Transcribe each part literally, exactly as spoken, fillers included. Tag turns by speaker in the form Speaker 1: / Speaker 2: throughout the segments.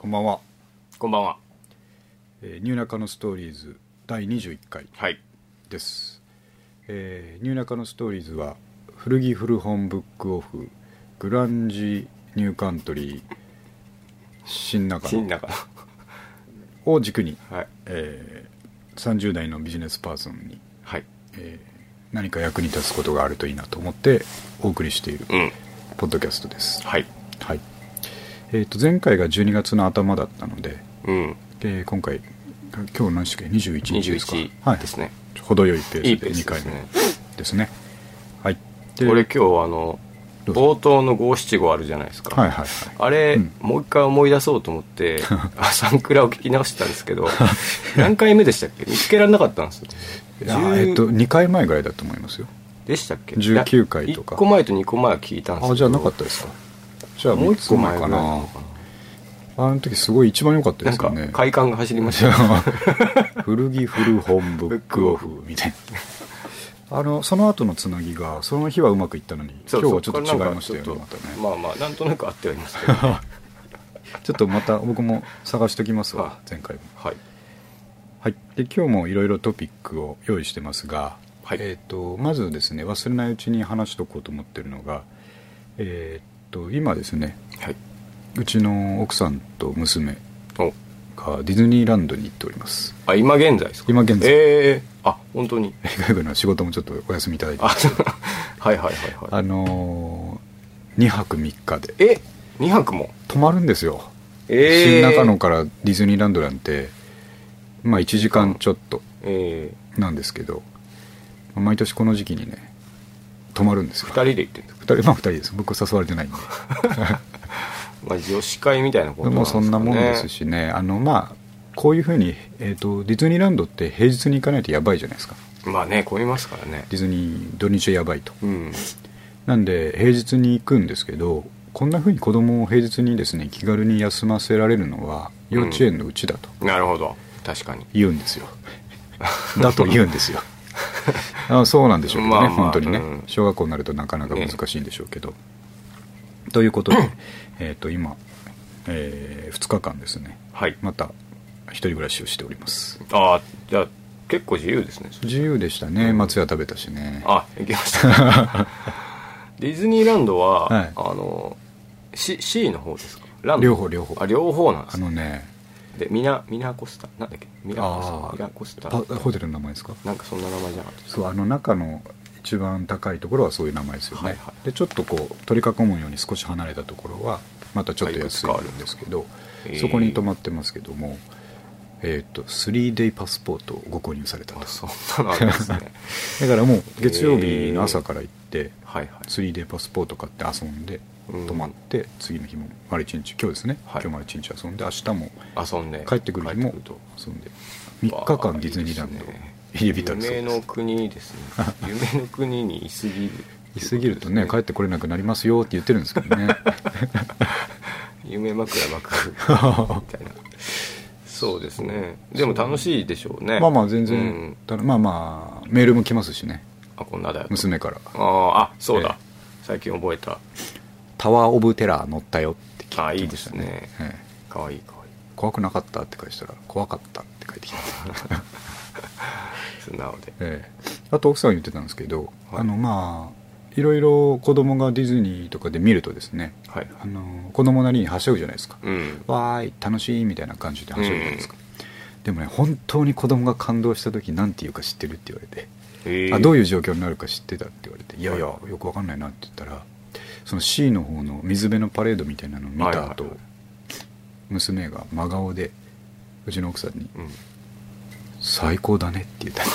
Speaker 1: こんばんは。
Speaker 2: こんばんは。
Speaker 1: えー、ニューナカのストーリーズだいにじゅういっかいです。はい、えー、ニューナカのストーリーズは古着古本ブックオフ、グランジニューカントリー、新中野を軸に、はい、えー、さんじゅう代のビジネスパーソンに、はい、えー、何か役に立つことがあるといいなと思ってお送りしている、うん、ポッドキャストです。はい、はい。えー、と前回がじゅうにがつの頭だったので、うん、えー、今回今日何日かにじゅういちにちですか。
Speaker 2: にじゅういちですね。
Speaker 1: はい、程よいペースでにかいめですね。はい。
Speaker 2: で俺今日あの冒頭のごしちごあるじゃないですか。はいはいはい、あれ、うん、もう一回思い出そうと思ってサンクラを聞き直してたんですけど何回目でしたっけ？見つけられなかったんですよ。
Speaker 1: いや、えっと、にかいまえぐらいだと思いますよ。
Speaker 2: でしたっけ？
Speaker 1: じゅうきゅうかいとか。
Speaker 2: いっこまえとにこまえは聞いたんですけど。
Speaker 1: あ、じゃあなかったですか。じゃあもういっこまえかな。あの時すごい一番良かったですよね。
Speaker 2: なんか快感が走りました、
Speaker 1: ね、古着古本ブックオフみたいなあのその後のつなぎがその日はうまくいったのに今日はちょっと違いましたよね。またね、
Speaker 2: まあまあなんとなく合ってはいますけど、ね、
Speaker 1: ちょっとまた僕も探しておきますわ。前回も、はいはい、で今日もいろいろトピックを用意してますが、はい、えー、とまずですね、忘れないうちに話しておこうと思ってるのが、えー、と今ですね、はい、うちの奥さんと娘がディズニーランドに行っております。
Speaker 2: あ、今現在ですか？今現在。えー、あ、本当に。
Speaker 1: 外部の仕事もちょっとお休みいただいてますけど
Speaker 2: はいはいはいはい。
Speaker 1: あのー、にはくみっかで。
Speaker 2: え、にはくも
Speaker 1: 泊まるんですよ。えー、新中野からディズニーランドなんてまあいちじかんちょっとなんですけど、えー、毎年この時期にね泊まるんですよ。
Speaker 2: ふたりで行ってるんですか？
Speaker 1: ふたり、まあふたりです。僕は誘われてないんで
Speaker 2: まあ、女子会みたいなこと
Speaker 1: なんですかね。もうそんなもんですしね、あのまあこういうふうに、えーと、ディズニーランドって平日に行かないとやばいじゃないですか。
Speaker 2: まあね、混みますからね。
Speaker 1: ディズニー土日はやばいと、うん、なんで平日に行くんですけど、こんなふうに子供を平日にですね気軽に休ませられるのは幼稚園のうちだと、
Speaker 2: うん、なるほど、確かに
Speaker 1: 言うんですよだと言うんですよあ、そうなんでしょうけどね、まあまあ、本当にね、うん、小学校になるとなかなか難しいんでしょうけど、ね、ということでえと今、えー、ふつかかんですね、はい、また一人暮らしをしております。
Speaker 2: ああ、じゃあ結構自由ですね。
Speaker 1: 自由でしたね、うん、松屋食べたしね。
Speaker 2: あ、行きましたディズニーランドは、はい、あの C, C の方ですか？ランド
Speaker 1: 両方両方。
Speaker 2: あ、両方なんです、
Speaker 1: ね、あのね
Speaker 2: でミナミナコスタなんだっけ、ミナコスタミナコスタ
Speaker 1: ホテルの名前ですか？
Speaker 2: なんかそんな名前じゃなかったですか？
Speaker 1: そう、あの中の一番高いところはそういう名前ですよね、はいはい、でちょっとこう取り囲むように少し離れたところはまたちょっと安いんですけど、そこに泊まってますけども、えー、と スリーデイ パスポートをご購入されたと。
Speaker 2: そんなのあるんですね
Speaker 1: だからもう月曜日の朝から行って、はいはい、スリーデイ パスポート買って遊んで泊まって、うん、次の日も丸一日、今日ですね、はい、今日丸一日遊んで明日も遊んで帰ってくる日も遊んでみっかかんディズニーランド入り浸るそうです。
Speaker 2: 夢の国ですね夢の国にいすぎる
Speaker 1: いすぎるとね、帰ってこれなくなりますよって言ってるんですけどね
Speaker 2: 夢枕幕みたいなそうですね。でも楽しいでしょうね。
Speaker 1: まあまあ全然、うん、まあまあメールも来ますしね。
Speaker 2: あ、こんなだよ
Speaker 1: 娘から。
Speaker 2: ああ、そうだ、えー、最近覚えた
Speaker 1: タワーオブテラー乗ったよって聞いてましたね。
Speaker 2: あ、いいですね、えー、かわいいかわいい。
Speaker 1: 怖くなかったって返したら怖かったって書いてきた
Speaker 2: 素直で、
Speaker 1: えー、あと奥さん言ってたんですけど、はい、あのまあいろいろ子供がディズニーとかで見るとですね、はい、あの子供なりにはしゃぐじゃないですか、うん、わーい楽しいみたいな感じではしゃぐじゃないですか、うん、でもね本当に子供が感動した時なんて言うか知ってるって言われて、えー、あどういう状況になるか知ってたって言われて、いやいやよくわかんないなって言ったら、その C の方の水辺のパレードみたいなのを見た後、はいはいはい、娘が真顔でうちの奥さんに、うん、最高だねって言った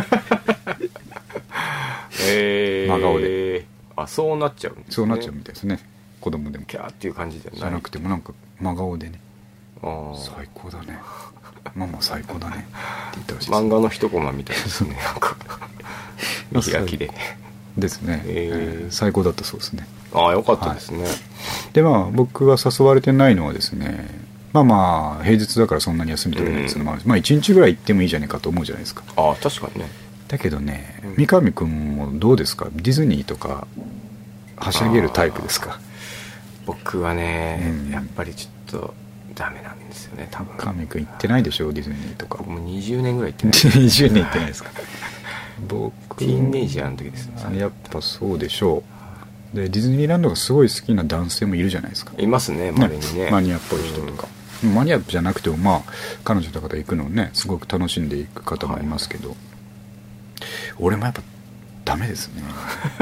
Speaker 2: えー、
Speaker 1: 真顔で。
Speaker 2: あ、そうなっちゃうんですね。
Speaker 1: そうなっちゃうみたいですね。子供でも
Speaker 2: キャーっていう感じじゃない、
Speaker 1: じゃなくてもなんか真顔でね、あ最高だねママ最高だねって言ったらしいです。
Speaker 2: 漫画の一コマみたいですねなんか見開きで
Speaker 1: ですね、えーえー、最高だったそうですね。
Speaker 2: ああ、よかったですね、はい、
Speaker 1: でまあ僕は誘われてないのはですね、まあまあ平日だからそんなに休み取れないですけど、うん、まあいちにちぐらい行ってもいいじゃないかと思うじゃないですか。
Speaker 2: ああ、確かにね。
Speaker 1: だけどね、三上くんもどうですか？ディズニーとかはしゃげるタイプですか？
Speaker 2: 僕はね、うん、やっぱりちょっとダメなんですよね多分。
Speaker 1: 神くん行ってないでしょディズニーとか。
Speaker 2: 僕もにじゅうねんぐらい行ってない
Speaker 1: にじゅうねん行ってないですか。僕
Speaker 2: ティーンエイジャーの時ですね。
Speaker 1: やっぱそうでしょう。でディズニーランドがすごい好きな男性もいるじゃないですか。
Speaker 2: いますねまれにね、
Speaker 1: マニアっぽい人とか、うん、マニアじゃなくてもまあ彼女とかで行くのをねすごく楽しんでいく方もいますけど、はい、俺もやっぱダメですね。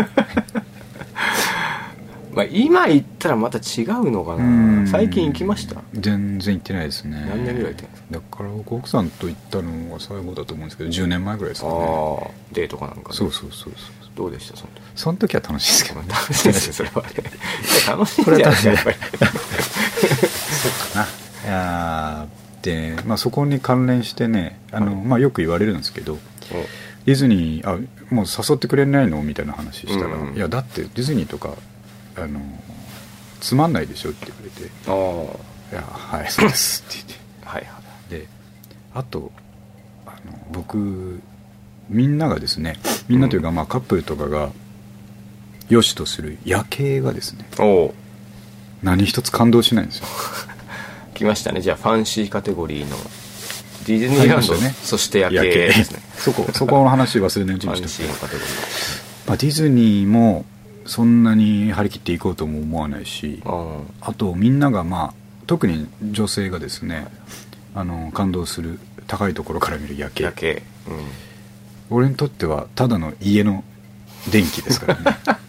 Speaker 2: まあ今行ったらまた違うのかな。最近行きました？
Speaker 1: 全然行ってないですね。
Speaker 2: 何年ぐらい行ってんですか？
Speaker 1: だから僕奥さんと行ったのが最後だと思うんですけどじゅうねんまえぐらいですかね。
Speaker 2: ああデートかなんかで。
Speaker 1: そうそうそうそう。
Speaker 2: どうでしたその時？
Speaker 1: その時は楽しいですけどね。
Speaker 2: 楽しいですよそれはね。楽しいんじゃないですかやっぱり。
Speaker 1: そうかな。いやで、まあ、そこに関連してねあの、はいまあ、よく言われるんですけど、ディズニーあもう誘ってくれないのみたいな話したら、うんうん、いやだってディズニーとかあのつまんないでしょって言われて、あいやはいそうですって言ってはい、はい、であとあの僕みんながですねみんなというか、まあ、カップルとかが良しとする夜景がですねお何一つ感動しないんですよ。
Speaker 2: 来ましたね。じゃあファンシーカテゴリーのディズニーランド、ね、そして夜景ですね。
Speaker 1: そこそこの話忘れないうちにして、ファンシーカテゴリー、まあ、ディズニーもそんなに張り切っていこうとも思わないし、あ, あとみんながまあ特に女性がですねあの感動する高いところから見る夜景、夜景、うん、俺にとってはただの家の電気ですからね。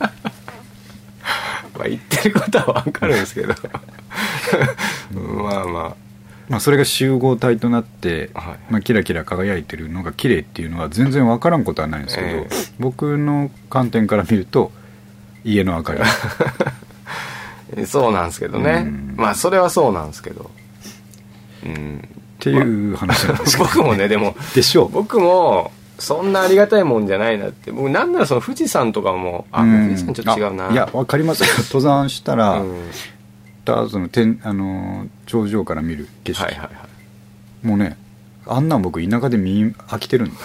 Speaker 2: まあ言ってることは分かるんですけどまあまあ
Speaker 1: まあそれが集合体となって、はいまあ、キラキラ輝いてるのが綺麗っていうのは全然分からんことはないんですけど、えー、僕の観点から見ると家の明か
Speaker 2: りそうなんですけどね、うん、まあそれはそうなんですけど、
Speaker 1: うん、っていう話なんですけど、ね、
Speaker 2: 僕もねでも
Speaker 1: でしょう
Speaker 2: 僕もそんなありがたいもんじゃないなって。僕なんならその富士山とかもあ、うん、富士山ちょっと違うな。
Speaker 1: いや分かりますよ。登山したら、うん、その天あの頂上から見る景色、はいはいはい、もうねあんなん僕田舎で見飽きてるんで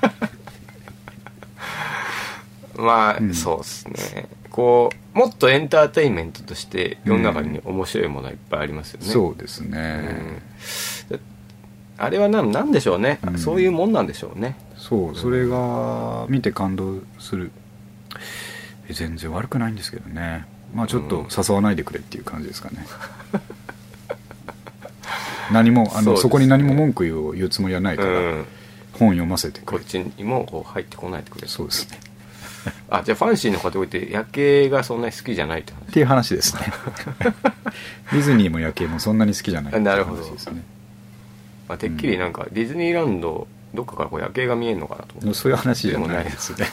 Speaker 2: まあ、うん、そうですね。こうもっとエンターテインメントとして世の中に面白いものはいっぱいありますよね、
Speaker 1: うん、そうですね、
Speaker 2: うん、あれは何なんでしょうね、うん、そういうもんなんでしょうね。
Speaker 1: そうそれが見て感動する。全然悪くないんですけどね。まあちょっと誘わないでくれっていう感じですかね、うん、何もあの そ,、ね、そこに何も文句を言うつもりはないから、うん、本読ませてくれ。
Speaker 2: こっちにもこう入ってこないでくれ。
Speaker 1: そうですね。
Speaker 2: あじゃあファンシーの方って夜景がそんなに好きじゃないって話
Speaker 1: っていう話ですね。ディズニーも夜景もそんなに好きじゃないっていう話ですね。
Speaker 2: なるほど、まあ、てっきりなんかディズニーランドどっかからこう夜景が見えるのかなと思って。
Speaker 1: そういう話じゃないですね。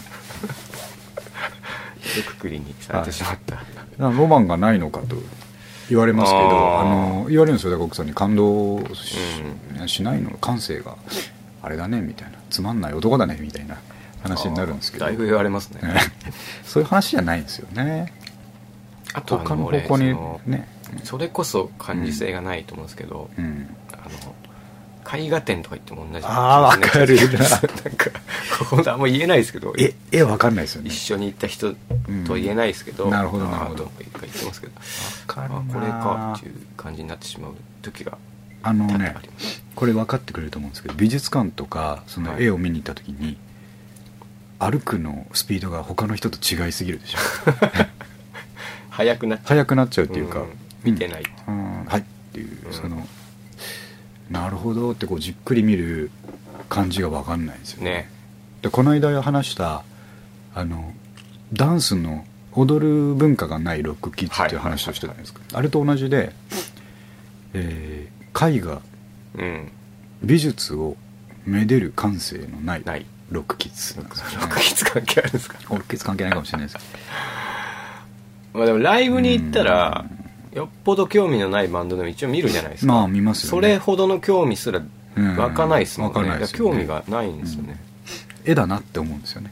Speaker 2: 一括りにされてしまった、
Speaker 1: はい、ロマンがないのかと言われますけど、ああの言われるんですよ。だから奥さんに感動 し,、うん、しないの感性があれだねみたいな、つまんない男だねみたいな話になるんですけど、
Speaker 2: だいぶ言われますね。
Speaker 1: そういう話じゃないんですよね。
Speaker 2: あと他の方向にね、それこそ感受性がないと思うんですけど、うんうん、あの絵画展とか言っても同じ。
Speaker 1: ああ分かるな。なんか
Speaker 2: ここあんま言えないですけど、
Speaker 1: え絵分かんないですよね。
Speaker 2: 一緒に行った人と言えないですけど、
Speaker 1: うん、なるほどなるほど。
Speaker 2: 言ってますけど、
Speaker 1: 分かるな。
Speaker 2: これかっていう感じになってしまう時が
Speaker 1: あのね、これ分かってくれると思うんですけど、美術館とかその絵を見に行った時に、はい、歩くのスピードが他の人と違いすぎるでしょ。
Speaker 2: 速くなっちゃう。
Speaker 1: 速くなっちゃうっていうか、うん、
Speaker 2: 見てない、
Speaker 1: うん、はいっていう、うん、そのなるほどってこうじっくり見る感じが分かんないんですよ ね, ねでこの間話したあのダンスの踊る文化がないロックキッズっていう話をしてたじゃないですか、はいはいはいはい、あれと同じで、えー、絵画、うん、美術をめでる感性のないロックキッズなんですよ、ね、
Speaker 2: ロックキッズ関係あるんですか。
Speaker 1: ロックキッズ関係ないかもしれないですけど
Speaker 2: まあでもライブに行ったらよっぽど興味のないバンドでも一応見るじゃないですか。
Speaker 1: まあ見ますよね。
Speaker 2: それほどの興味すら湧かないですもんね。うん、湧かないですよね。興味がないんですよね、
Speaker 1: うん、絵だなって思うんですよね。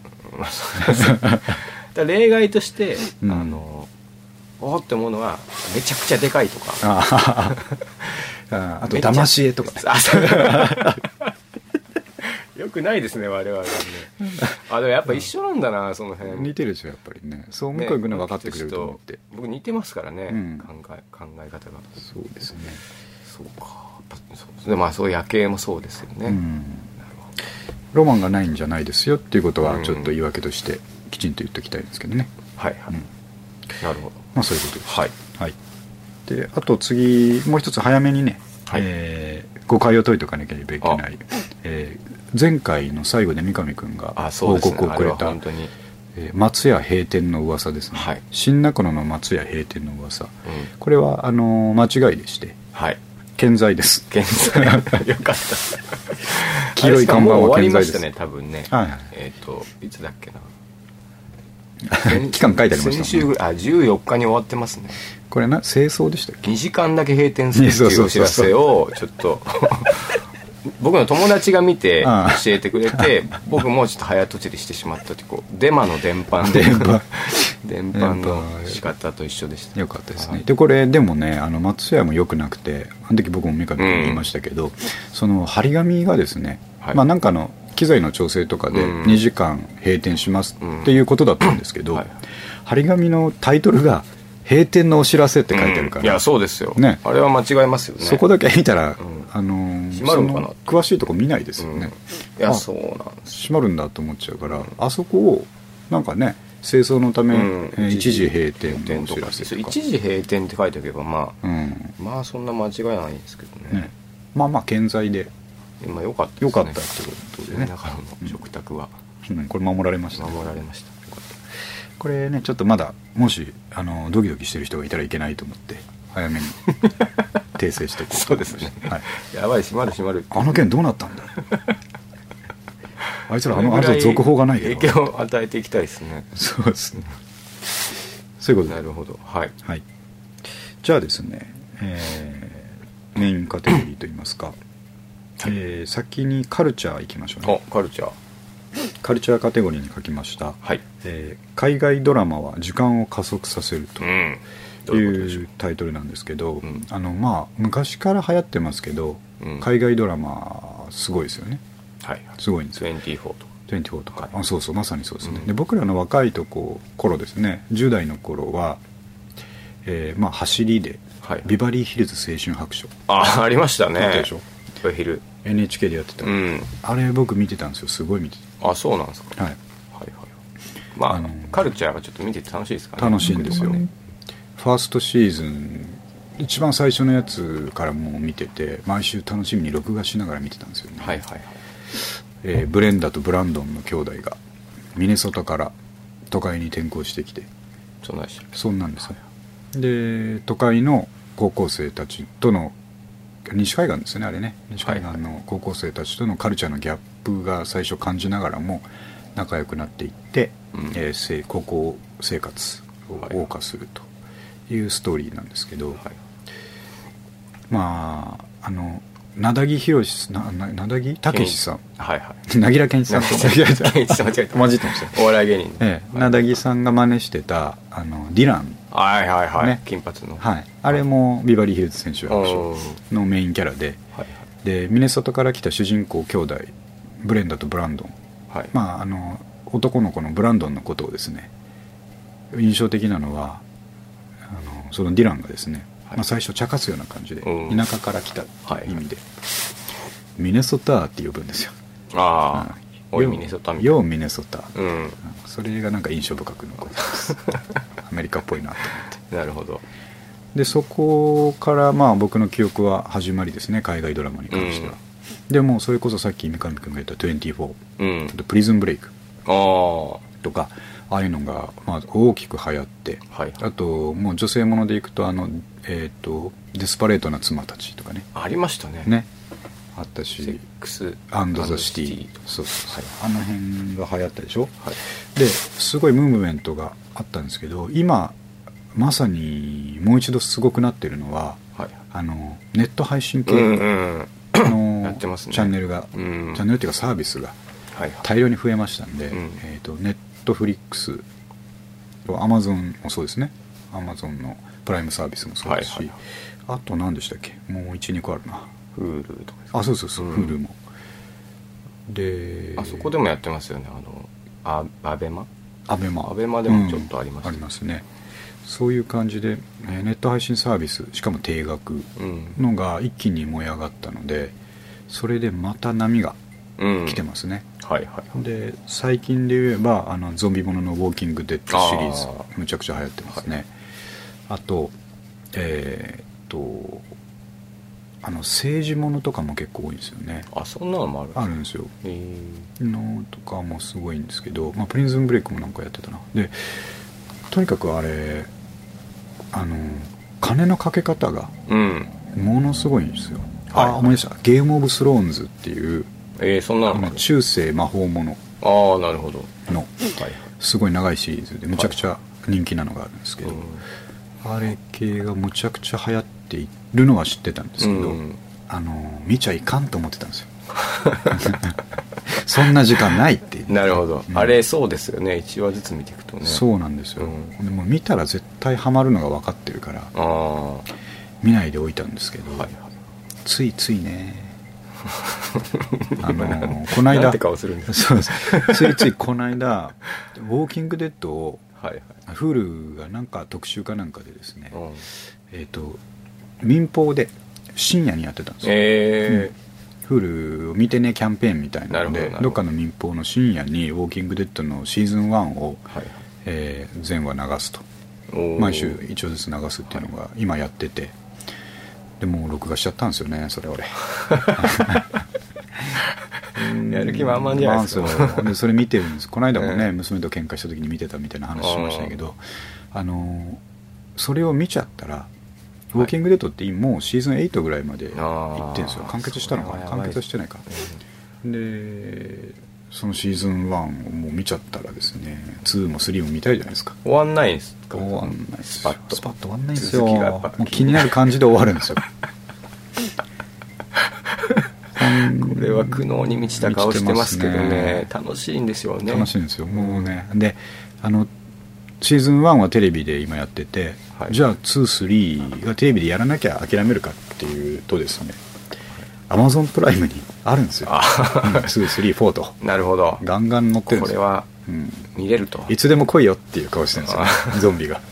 Speaker 2: だ例外として、うん、あのおって思うのはめちゃくちゃでかいとか、あ
Speaker 1: ああと騙し絵とかね。
Speaker 2: よくないですね我々ね。あでもやっぱ一緒なんだな、その辺。
Speaker 1: 似てるでしょやっぱりね。そう向こう行くの分かってくれると思って、ね、
Speaker 2: 僕似てますからね、うん、考え考え方が。
Speaker 1: そうですね。
Speaker 2: そうか。そうで、まあそう夜景もそうですよね、うん、
Speaker 1: ロマンがないんじゃないですよっていうことはちょっと言い訳としてきちんと言っておきたいんですけどね、
Speaker 2: うん、はいはい、うん、なるほど、
Speaker 1: まあそういうことです。
Speaker 2: はい、
Speaker 1: はい、であと次もう一つ早めにね、はい、えー、誤解を解いておかなければいけない、えー、前回の最後で三上君が報告をくれた、
Speaker 2: 本当に
Speaker 1: えー、松屋閉店の噂ですね、はい、新中野の松屋閉店の噂、うん、これはあのー、間違いでして、
Speaker 2: はい、
Speaker 1: 健在です。
Speaker 2: 健在よかった
Speaker 1: 黄色い看板は健在です。
Speaker 2: あれしかもう終わりましたね多分ね、
Speaker 1: はいはい、
Speaker 2: えっ、ー、といつだっけな
Speaker 1: 期間書いてありました、ね、
Speaker 2: 先週ぐらい、あ、じゅうよっかに終わってますね。
Speaker 1: これな清掃でしたっけ。
Speaker 2: にじかんだけ閉店するっていうお知らせをちょっと僕の友達が見て教えてくれて僕もちょっと早とちりしてしまったってこうデマの伝播
Speaker 1: 電波
Speaker 2: 伝播の仕方と一緒でした。
Speaker 1: よかったですね。でこれでもね、あの松屋も良くなくて、あの時僕も三上君に言いましたけど、うん、その張り紙がですね、はい、まあなんかの機材の調整とかでにじかん閉店しますっていうことだったんですけど、うん、はい、張り紙のタイトルが閉店のお知らせって書いてあるから、
Speaker 2: うん、いやそうですよ、
Speaker 1: ね、
Speaker 2: あれは間違いますよね。
Speaker 1: そこだけ見たら、うん、あのー、
Speaker 2: 閉まるのかな、
Speaker 1: 詳しいとこ見ないですよね、
Speaker 2: うん、いやそうなんです。
Speaker 1: 閉まるんだと思っちゃうから、うん、あそこをなんかね清掃のため、うん、一時閉店のお知らせとか、
Speaker 2: 一時閉店って書いておけばまあ、
Speaker 1: うん、
Speaker 2: まあそんな間違いないんですけど ね, ね
Speaker 1: まあまあ健在で
Speaker 2: まあ良かったですね。
Speaker 1: 良かったってことでね、
Speaker 2: 中野の食卓は、
Speaker 1: うん、これ守られました、ね、
Speaker 2: 守られました。
Speaker 1: これねちょっとまだもしあのドキドキしてる人がいたらいけないと思って早めに訂正しておこう
Speaker 2: そうですね、はい、やばい閉まる閉まる
Speaker 1: あの件どうなったんだあいつらあのあいつら続報がないけど
Speaker 2: 影響を与えていきたいですね。
Speaker 1: そうですねそういうことで、
Speaker 2: なるほど、はい、
Speaker 1: はい、じゃあですね、えー、メインカテゴリーといいますか、えー、先にカルチャーいきましょうね。
Speaker 2: あ、カルチャー
Speaker 1: カルチャーカテゴリーに書きました、
Speaker 2: はい、
Speaker 1: えー、海外ドラマは時間を加速させるというタイトルなんですけど、うん、あのまあ昔から流行ってますけど、うん、海外ドラマすごいですよね、
Speaker 2: はい、
Speaker 1: すごいんですよ。
Speaker 2: にじゅうよんとか
Speaker 1: にじゅうよんとか、はい、あそうそうまさにそうですね、うん、で僕らの若いとこ頃ですね、じゅう代の頃は、えー、まあ走りで、はい、ビバリーヒルズ青春白書、
Speaker 2: あありましたね。
Speaker 1: あったでしょ、
Speaker 2: お昼
Speaker 1: エヌエイチケー でやってた、うん、あれ僕見てたんですよ、すごい見てた。
Speaker 2: あ、そうなんですか、
Speaker 1: はい、はい
Speaker 2: はい、まあ、あのカルチャーがちょっと見てて楽しいですかね。
Speaker 1: 楽しいんですよ、ね、ファーストシーズン一番最初のやつからもう見てて、毎週楽しみに録画しながら見てたんですよね。
Speaker 2: はいはいはい、
Speaker 1: えー、ブレンダとブランドンの兄弟がミネソタから都会に転校してきて、
Speaker 2: そんなんでした。
Speaker 1: そんなんですね、はい、で都会の高校生たちとの西海岸ですね、あれね、西海岸の高校生たちとのカルチャーのギャップが最初感じながらも仲良くなっていって、うん、えー、高校生活を謳歌するというストーリーなんですけど、はい、まああの名田木宏な名田木武さん、
Speaker 2: はいはい、
Speaker 1: なぎら健一さんと
Speaker 2: 間違えた
Speaker 1: 混じってました、
Speaker 2: お笑い芸人、
Speaker 1: ええ、名田木さんが真似してたあのディラン、
Speaker 2: はいはいはい、
Speaker 1: ね、
Speaker 2: 金髪の、
Speaker 1: はい、あれもビバリーヒルズ選手のメインキャラで、はい、でミネソタから来た主人公兄弟ブレンダとブランドン、はい、まああの男の子のブランドンのことをですね、印象的なのはあのそのディランがですね、はい、まあ、最初茶化すような感じで、うん、田舎から来た意味で、はい、ミネソタって呼ぶんですよ。
Speaker 2: ああ、うん、おいミネソタみたいな、
Speaker 1: ようミネソタ、
Speaker 2: うん、
Speaker 1: それがなんか印象深く残りますアメリカっぽいなと思って。
Speaker 2: なるほど。
Speaker 1: でそこからまあ僕の記憶は始まりですね、海外ドラマに関しては、うん、でもそれこそさっき三上君が言ったにじゅうよん、うん、あとプリズンブレイクとかああいうのがまあ大きく流行って、はい、あともう女性ものでいくとあの、えー、とデスパレートな妻たちとかね、
Speaker 2: ありましたね、
Speaker 1: ね、あったし、
Speaker 2: セックス
Speaker 1: アンドザシティ、そうそう、はい、あの辺が流行ったでしょ、はい、ですごいムーブメントがあったんですけど、今まさにもう一度すごくなってるのは、はい、あのネット配信系のチャンネルが、チャンネルっていうかサービスが大量に増えましたんで、はいはい、えーと、ネットフリックスとアマゾンもそうですね、アマゾンのプライムサービスもそうですし、はいはいはい、あと何でしたっけ、もう いち,に 個あるな、
Speaker 2: Hulu とか、
Speaker 1: あ、そうそうそう、
Speaker 2: うん、
Speaker 1: Hulu もで、
Speaker 2: あそこでもやってますよね、あのアベマ
Speaker 1: アベマ
Speaker 2: アベマでもちょっとあります、
Speaker 1: うん、ありますね。 そういう感じで、えーネット配信サービスしかも定額のが一気に燃え上がったので、それでまた波が来てますね、
Speaker 2: うん、はいはい、
Speaker 1: で最近で言えばあのゾンビもののウォーキングデッドシリーズむちゃくちゃ流行ってますね、はい、あとえー、っとあの政治ものとかも結構多いんですよね。
Speaker 2: あ、そんなのもある
Speaker 1: あるんですよ。のとかもすごいんですけど、まあ、プリズンブレイクもなんかやってたな。でとにかくあれあの金のかけ方がものすごいんですよ、うん、あ、思い出した。ゲームオブスローンズっていう、
Speaker 2: えー、そんなの
Speaker 1: 中世魔法もの
Speaker 2: ああ、なるほど
Speaker 1: の、はい、すごい長いシリーズでむちゃくちゃ人気なのがあるんですけど、はい、あれ系がむちゃくちゃ流行っているのは知ってたんですけど、うん、あの見ちゃいかんと思ってたんですよそんな時間ないって
Speaker 2: なるほど、うん、あれそうですよね、いちわずつ見ていくとね。
Speaker 1: そうなんですよ、うん、でも見たら絶対ハマるのが分かってるからあ見ないでおいたんですけど、はいはい、ついついねあのこの間
Speaker 2: なんて顔するんです
Speaker 1: か。そうついついこの間ウォーキングデッドをはいはい、Hulu がなんか特集かなんかでですね、うん、えっ、ー、と民放で深夜にやってたんですよ、えーうん、Hulu を見てねキャンペーンみたいなのでどっかの民放の深夜にウォーキングデッドのシーズンワンを、はいえー、全話流すと毎週一応ずつ流すっていうのが今やってて、でもう録画しちゃったんですよねそれ俺
Speaker 2: やる気満々じゃないですか、
Speaker 1: まあ、そでそれ見てるんです。この間もね、娘と喧嘩した時に見てたみたいな話しましたけど、あのそれを見ちゃったらウォーキングデッドってもうシーズンエイトぐらいまで行ってるんですよ。完結したのかな、完結してないか、うん、でそのシーズンワンをもう見ちゃったらですねツーもスリーも見たいじゃないですか。
Speaker 2: 終わんないんですか。
Speaker 1: 終わんないです。
Speaker 2: スパッと
Speaker 1: スパッと終わんないんですよ。もう気になる感じで終わるんですよ
Speaker 2: これは苦悩に満ちた顔してますけど ね, ね楽しいんですよね。
Speaker 1: 楽しいんですよもうね。であのシーズンワンはテレビで今やってて、はい、じゃあツー、スリーがテレビでやらなきゃ諦めるかっていうとですね、アマゾンプライムにあるんですよツー、スリー、フォーと。
Speaker 2: なるほど、
Speaker 1: ガンガン載ってるんですよ。
Speaker 2: これは見れると、
Speaker 1: うん、いつでも来いよっていう顔してるんですよゾンビが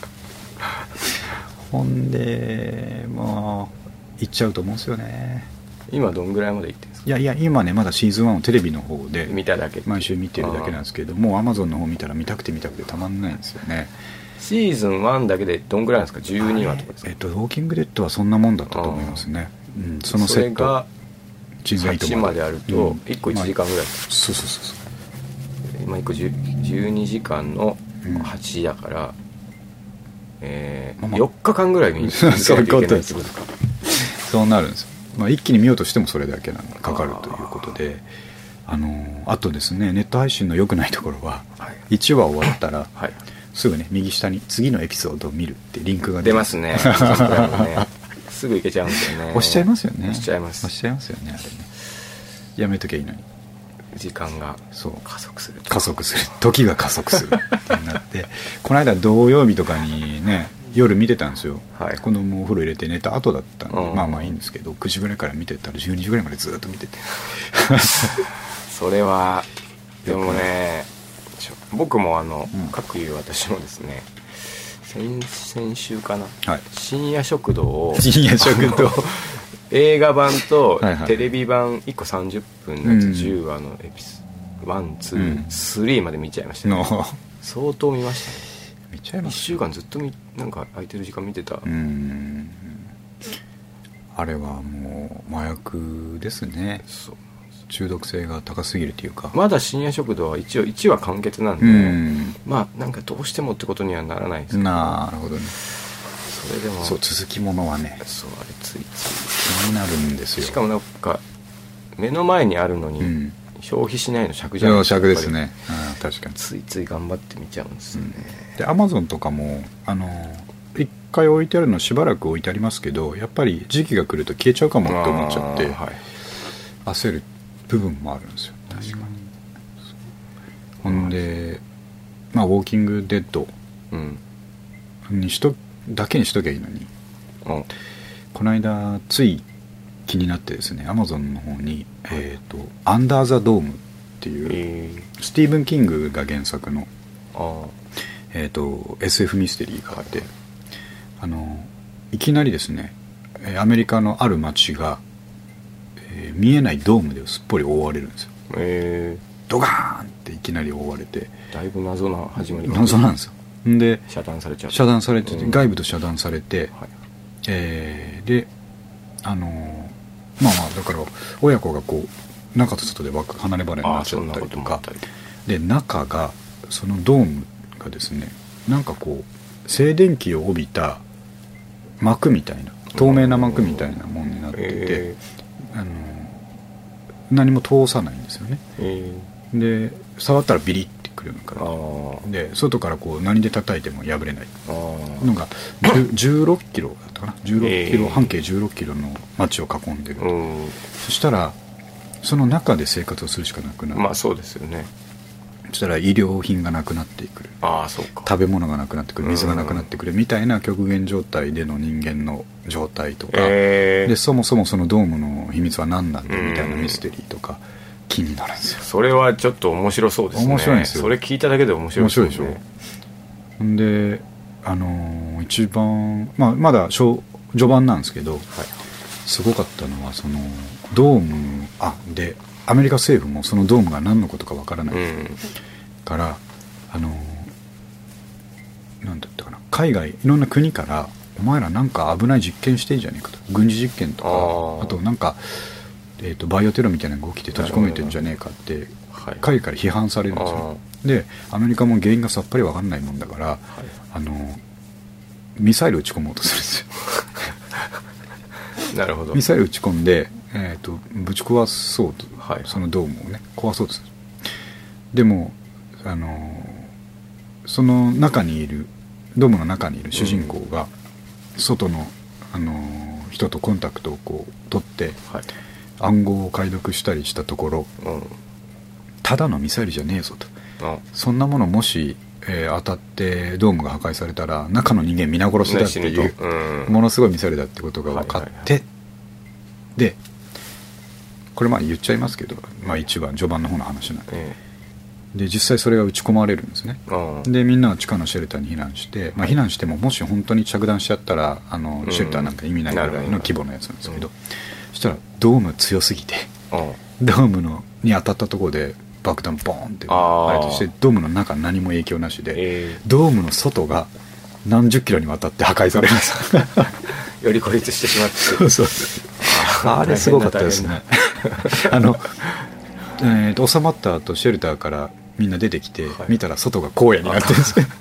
Speaker 1: ほんでまあ行っちゃうと思うんですよね。
Speaker 2: 今どんぐらいまで行ってるんですか。
Speaker 1: いやいや今ねまだシーズンワンをテレビの方で
Speaker 2: 見ただけ
Speaker 1: 毎週見てるだけなんですけども、アマゾンの方見たら見たくて見たくてたまんないんですよね。
Speaker 2: シーズンワンだけでどんぐらいなんですか。じゅうにわとかですか。
Speaker 1: えっとウォーキングデッドはそんなもんだったと思いますね、うん、そのセットそれが
Speaker 2: シーズンエイトまであるといっこいちじかんぐらい、うん、
Speaker 1: そうそうそうそう
Speaker 2: 今いっこじゅうにじかんのはちだから、うん、えーまあ、よっかかんぐらい見続けなきゃいけないってことですか。
Speaker 1: そうなるんですよ。まあ、一気に見ようとしてもそれだけなのかかるということで、あのあとですねネット配信の良くないところは、はい、いちわ終わったら、はい、すぐね右下に次のエピソードを見るってリンクが
Speaker 2: 出ますねすぐいけちゃうんですよね。
Speaker 1: 押しちゃいますよね。
Speaker 2: 押しちゃいます
Speaker 1: 押しちゃいますよねあれね。やめときゃいいのに
Speaker 2: 時間が加速する
Speaker 1: 加速する時が加速するってなってこの間土曜日とかにね夜見てたんですよ、はい、子供お風呂入れて寝た後だったんで、うん、まあまあいいんですけどくじぐらいから見てたらじゅうにじぐらいまでずっと見てて
Speaker 2: それはでもね僕もあの、うん、各いう私もですね先, 先週かな、はい、深夜食堂を
Speaker 1: 深夜食堂
Speaker 2: 映画版とテレビ版いっこさんじゅっぷんのやつじゅうわのエピソードワン、ツー、スリーまで見ちゃいましたね、うん、相当見ましたね。
Speaker 1: 見ちゃいます。
Speaker 2: いっしゅうかんずっとみなんか空いてる時間見てた。うー
Speaker 1: んあれはもう麻薬ですね。そう中毒性が高すぎるというか。
Speaker 2: まだ深夜食堂は一応いちわ完結なんで、うんまあなんかどうしてもってことにはならないですけど。
Speaker 1: なるほどね。
Speaker 2: それでも
Speaker 1: そう続きものはね
Speaker 2: そうあれついつい
Speaker 1: 気になるんですよ。
Speaker 2: しかもなんか目の前にあるのに、うん消費しないの尺じゃないです
Speaker 1: か。尺ですね。あ確かに
Speaker 2: ついつい頑張って見ちゃうんですよね、
Speaker 1: うん、でアマゾンとかもあの一回置いてあるのしばらく置いてありますけどやっぱり時期が来ると消えちゃうかもって思っちゃって、はい、焦る部分もあるんですよ。
Speaker 2: 確かに。
Speaker 1: ほんで、まあ、ウォーキングデッドにしとだけにしときゃいいのに、うん、この間つい気になってですねアマゾンの方に、えーと、アンダーザドームっていう、えー、スティーブン・キングが原作の、あえー、と エスエフ ミステリーがあって、
Speaker 2: はい、
Speaker 1: あのいきなりですねアメリカのある街が、えー、見えないドームですっぽり覆われるんですよ。
Speaker 2: へ
Speaker 1: ードガーンっていきなり覆われて、
Speaker 2: だいぶ謎な始まりが
Speaker 1: 謎なんですよ。で
Speaker 2: 遮断されちゃう
Speaker 1: 遮断されてて、
Speaker 2: うん、
Speaker 1: 外部と遮断されて、
Speaker 2: はい、
Speaker 1: えー、であのまあまあだから親子がこう中と外で離れ離れになっちゃったりとかで、中がそのドームがですねなんかこう静電気を帯びた膜みたいな透明な膜みたいなものになってて、えー、あの何も通さないんですよね、えー、で触ったらビリッてくるような感じで、外からこう何で叩いても破れないのがじゅうろっキロだったかな、じゅうろっキロ、えー、半径じゅうろっキロの街を囲んでると、そしたらその中で生活をするしかなくなる。
Speaker 2: まあそうですよね。
Speaker 1: そしたら医療品がなくなってくる、
Speaker 2: ああそうか、
Speaker 1: 食べ物がなくなってくる、水がなくなってくるみたいな極限状態での人間の状態とか、えー、でそもそもそのドームの秘密は何なんだみたいなミステリーとか気になるんですよ。
Speaker 2: それはちょっと面白そうですね。
Speaker 1: 面白いんですよ。
Speaker 2: それ聞いただけで面白いですね。
Speaker 1: 面白いでしょ。んであのー、一番、まあ、まだ序盤なんですけど、はい、すごかったのはそのドームあでアメリカ政府もそのドームが何のことかわからない、うん、からあのなんだったかな、海外いろんな国からお前らなんか危ない実験してんじゃねえかと、軍事実験とか あ, あとなんか、えー、とバイオテロみたいなのが起きて閉じ込めてんじゃねえかって海外から批判されるんですよ。でアメリカも原因がさっぱりわかんないもんだから、はい、あのミサイル撃ち込もうとするんです
Speaker 2: よなるほど。
Speaker 1: ミサイル撃ち込んで、えー、とぶち壊そうと、はい、そのドームをね壊そうとする。でもあのその中にいるドームの中にいる主人公が、うん、外の、あの人とコンタクトをこう取って、はい、暗号を解読したりしたところ、うん、ただのミサイルじゃねえぞと、うん、そんなものもし、えー、当たってドームが破壊されたら中の人間皆殺しだっていう、うん、ものすごいミサイルだってことが分かって、はいはいはい、でこれまあ言っちゃいますけど、まあ、一番序盤の方の話なんで、えー、で実際それが撃ち込まれるんですね。でみんなは地下のシェルターに避難して、まあ、避難してももし本当に着弾しちゃったらあのシェルターなんか意味ないぐらいの規模のやつなんですけど、うん、そしたらドーム強すぎてドームのに当たったところで爆弾ボーンってあれとしてドームの中何も影響なしで、えー、ドームの外が何十キロにわたって破壊されます。
Speaker 2: より孤立してしまって
Speaker 1: そうそうあれすごかったですね。あの、えー、と収まった後シェルターからみんな出てきて、はい、見たら外が荒野になってるんですね。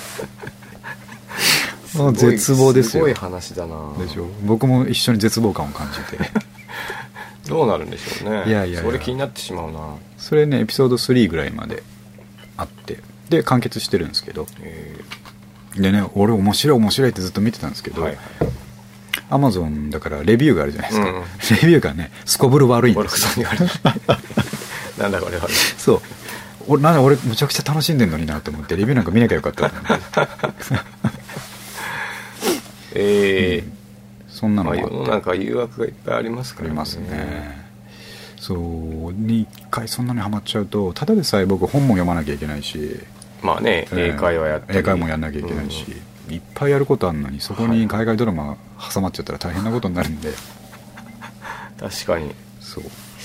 Speaker 1: もう絶望ですよ。
Speaker 2: すごい話だな。
Speaker 1: でしょ。僕も一緒に絶望感を感じて
Speaker 2: どうなるんでしょうね。
Speaker 1: いやいやいや
Speaker 2: それ気になってしまうな。
Speaker 1: それねエピソードスリーぐらいまであってで完結してるんですけど、でね俺面白い面白いってずっと見てたんですけど、はいはい、アマゾンだからレビューがあるじゃないですか、うん、レビューがねすこぶる悪いんですよ。
Speaker 2: なんだこれは。
Speaker 1: そう俺なんだ俺むちゃくちゃ楽しんでんのになと思ってレビューなんか見なきゃよかったと思って
Speaker 2: えー
Speaker 1: うん、そんなのがあって、
Speaker 2: まあ、世の中誘惑がいっぱいありますからね。
Speaker 1: ありますね。そうに一回そんなにハマっちゃうとただでさえ僕本も読まなきゃいけないし、
Speaker 2: まあね、えー、英会話やったり
Speaker 1: 英会話もやんなきゃいけないし、うん、いっぱいやることあるのにそこに海外ドラマ挟まっちゃったら大変なことになるんで、はい、
Speaker 2: 確かに
Speaker 1: そう、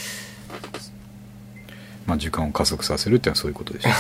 Speaker 1: まあ、時間を加速させるっていうのはそういうことでしょ。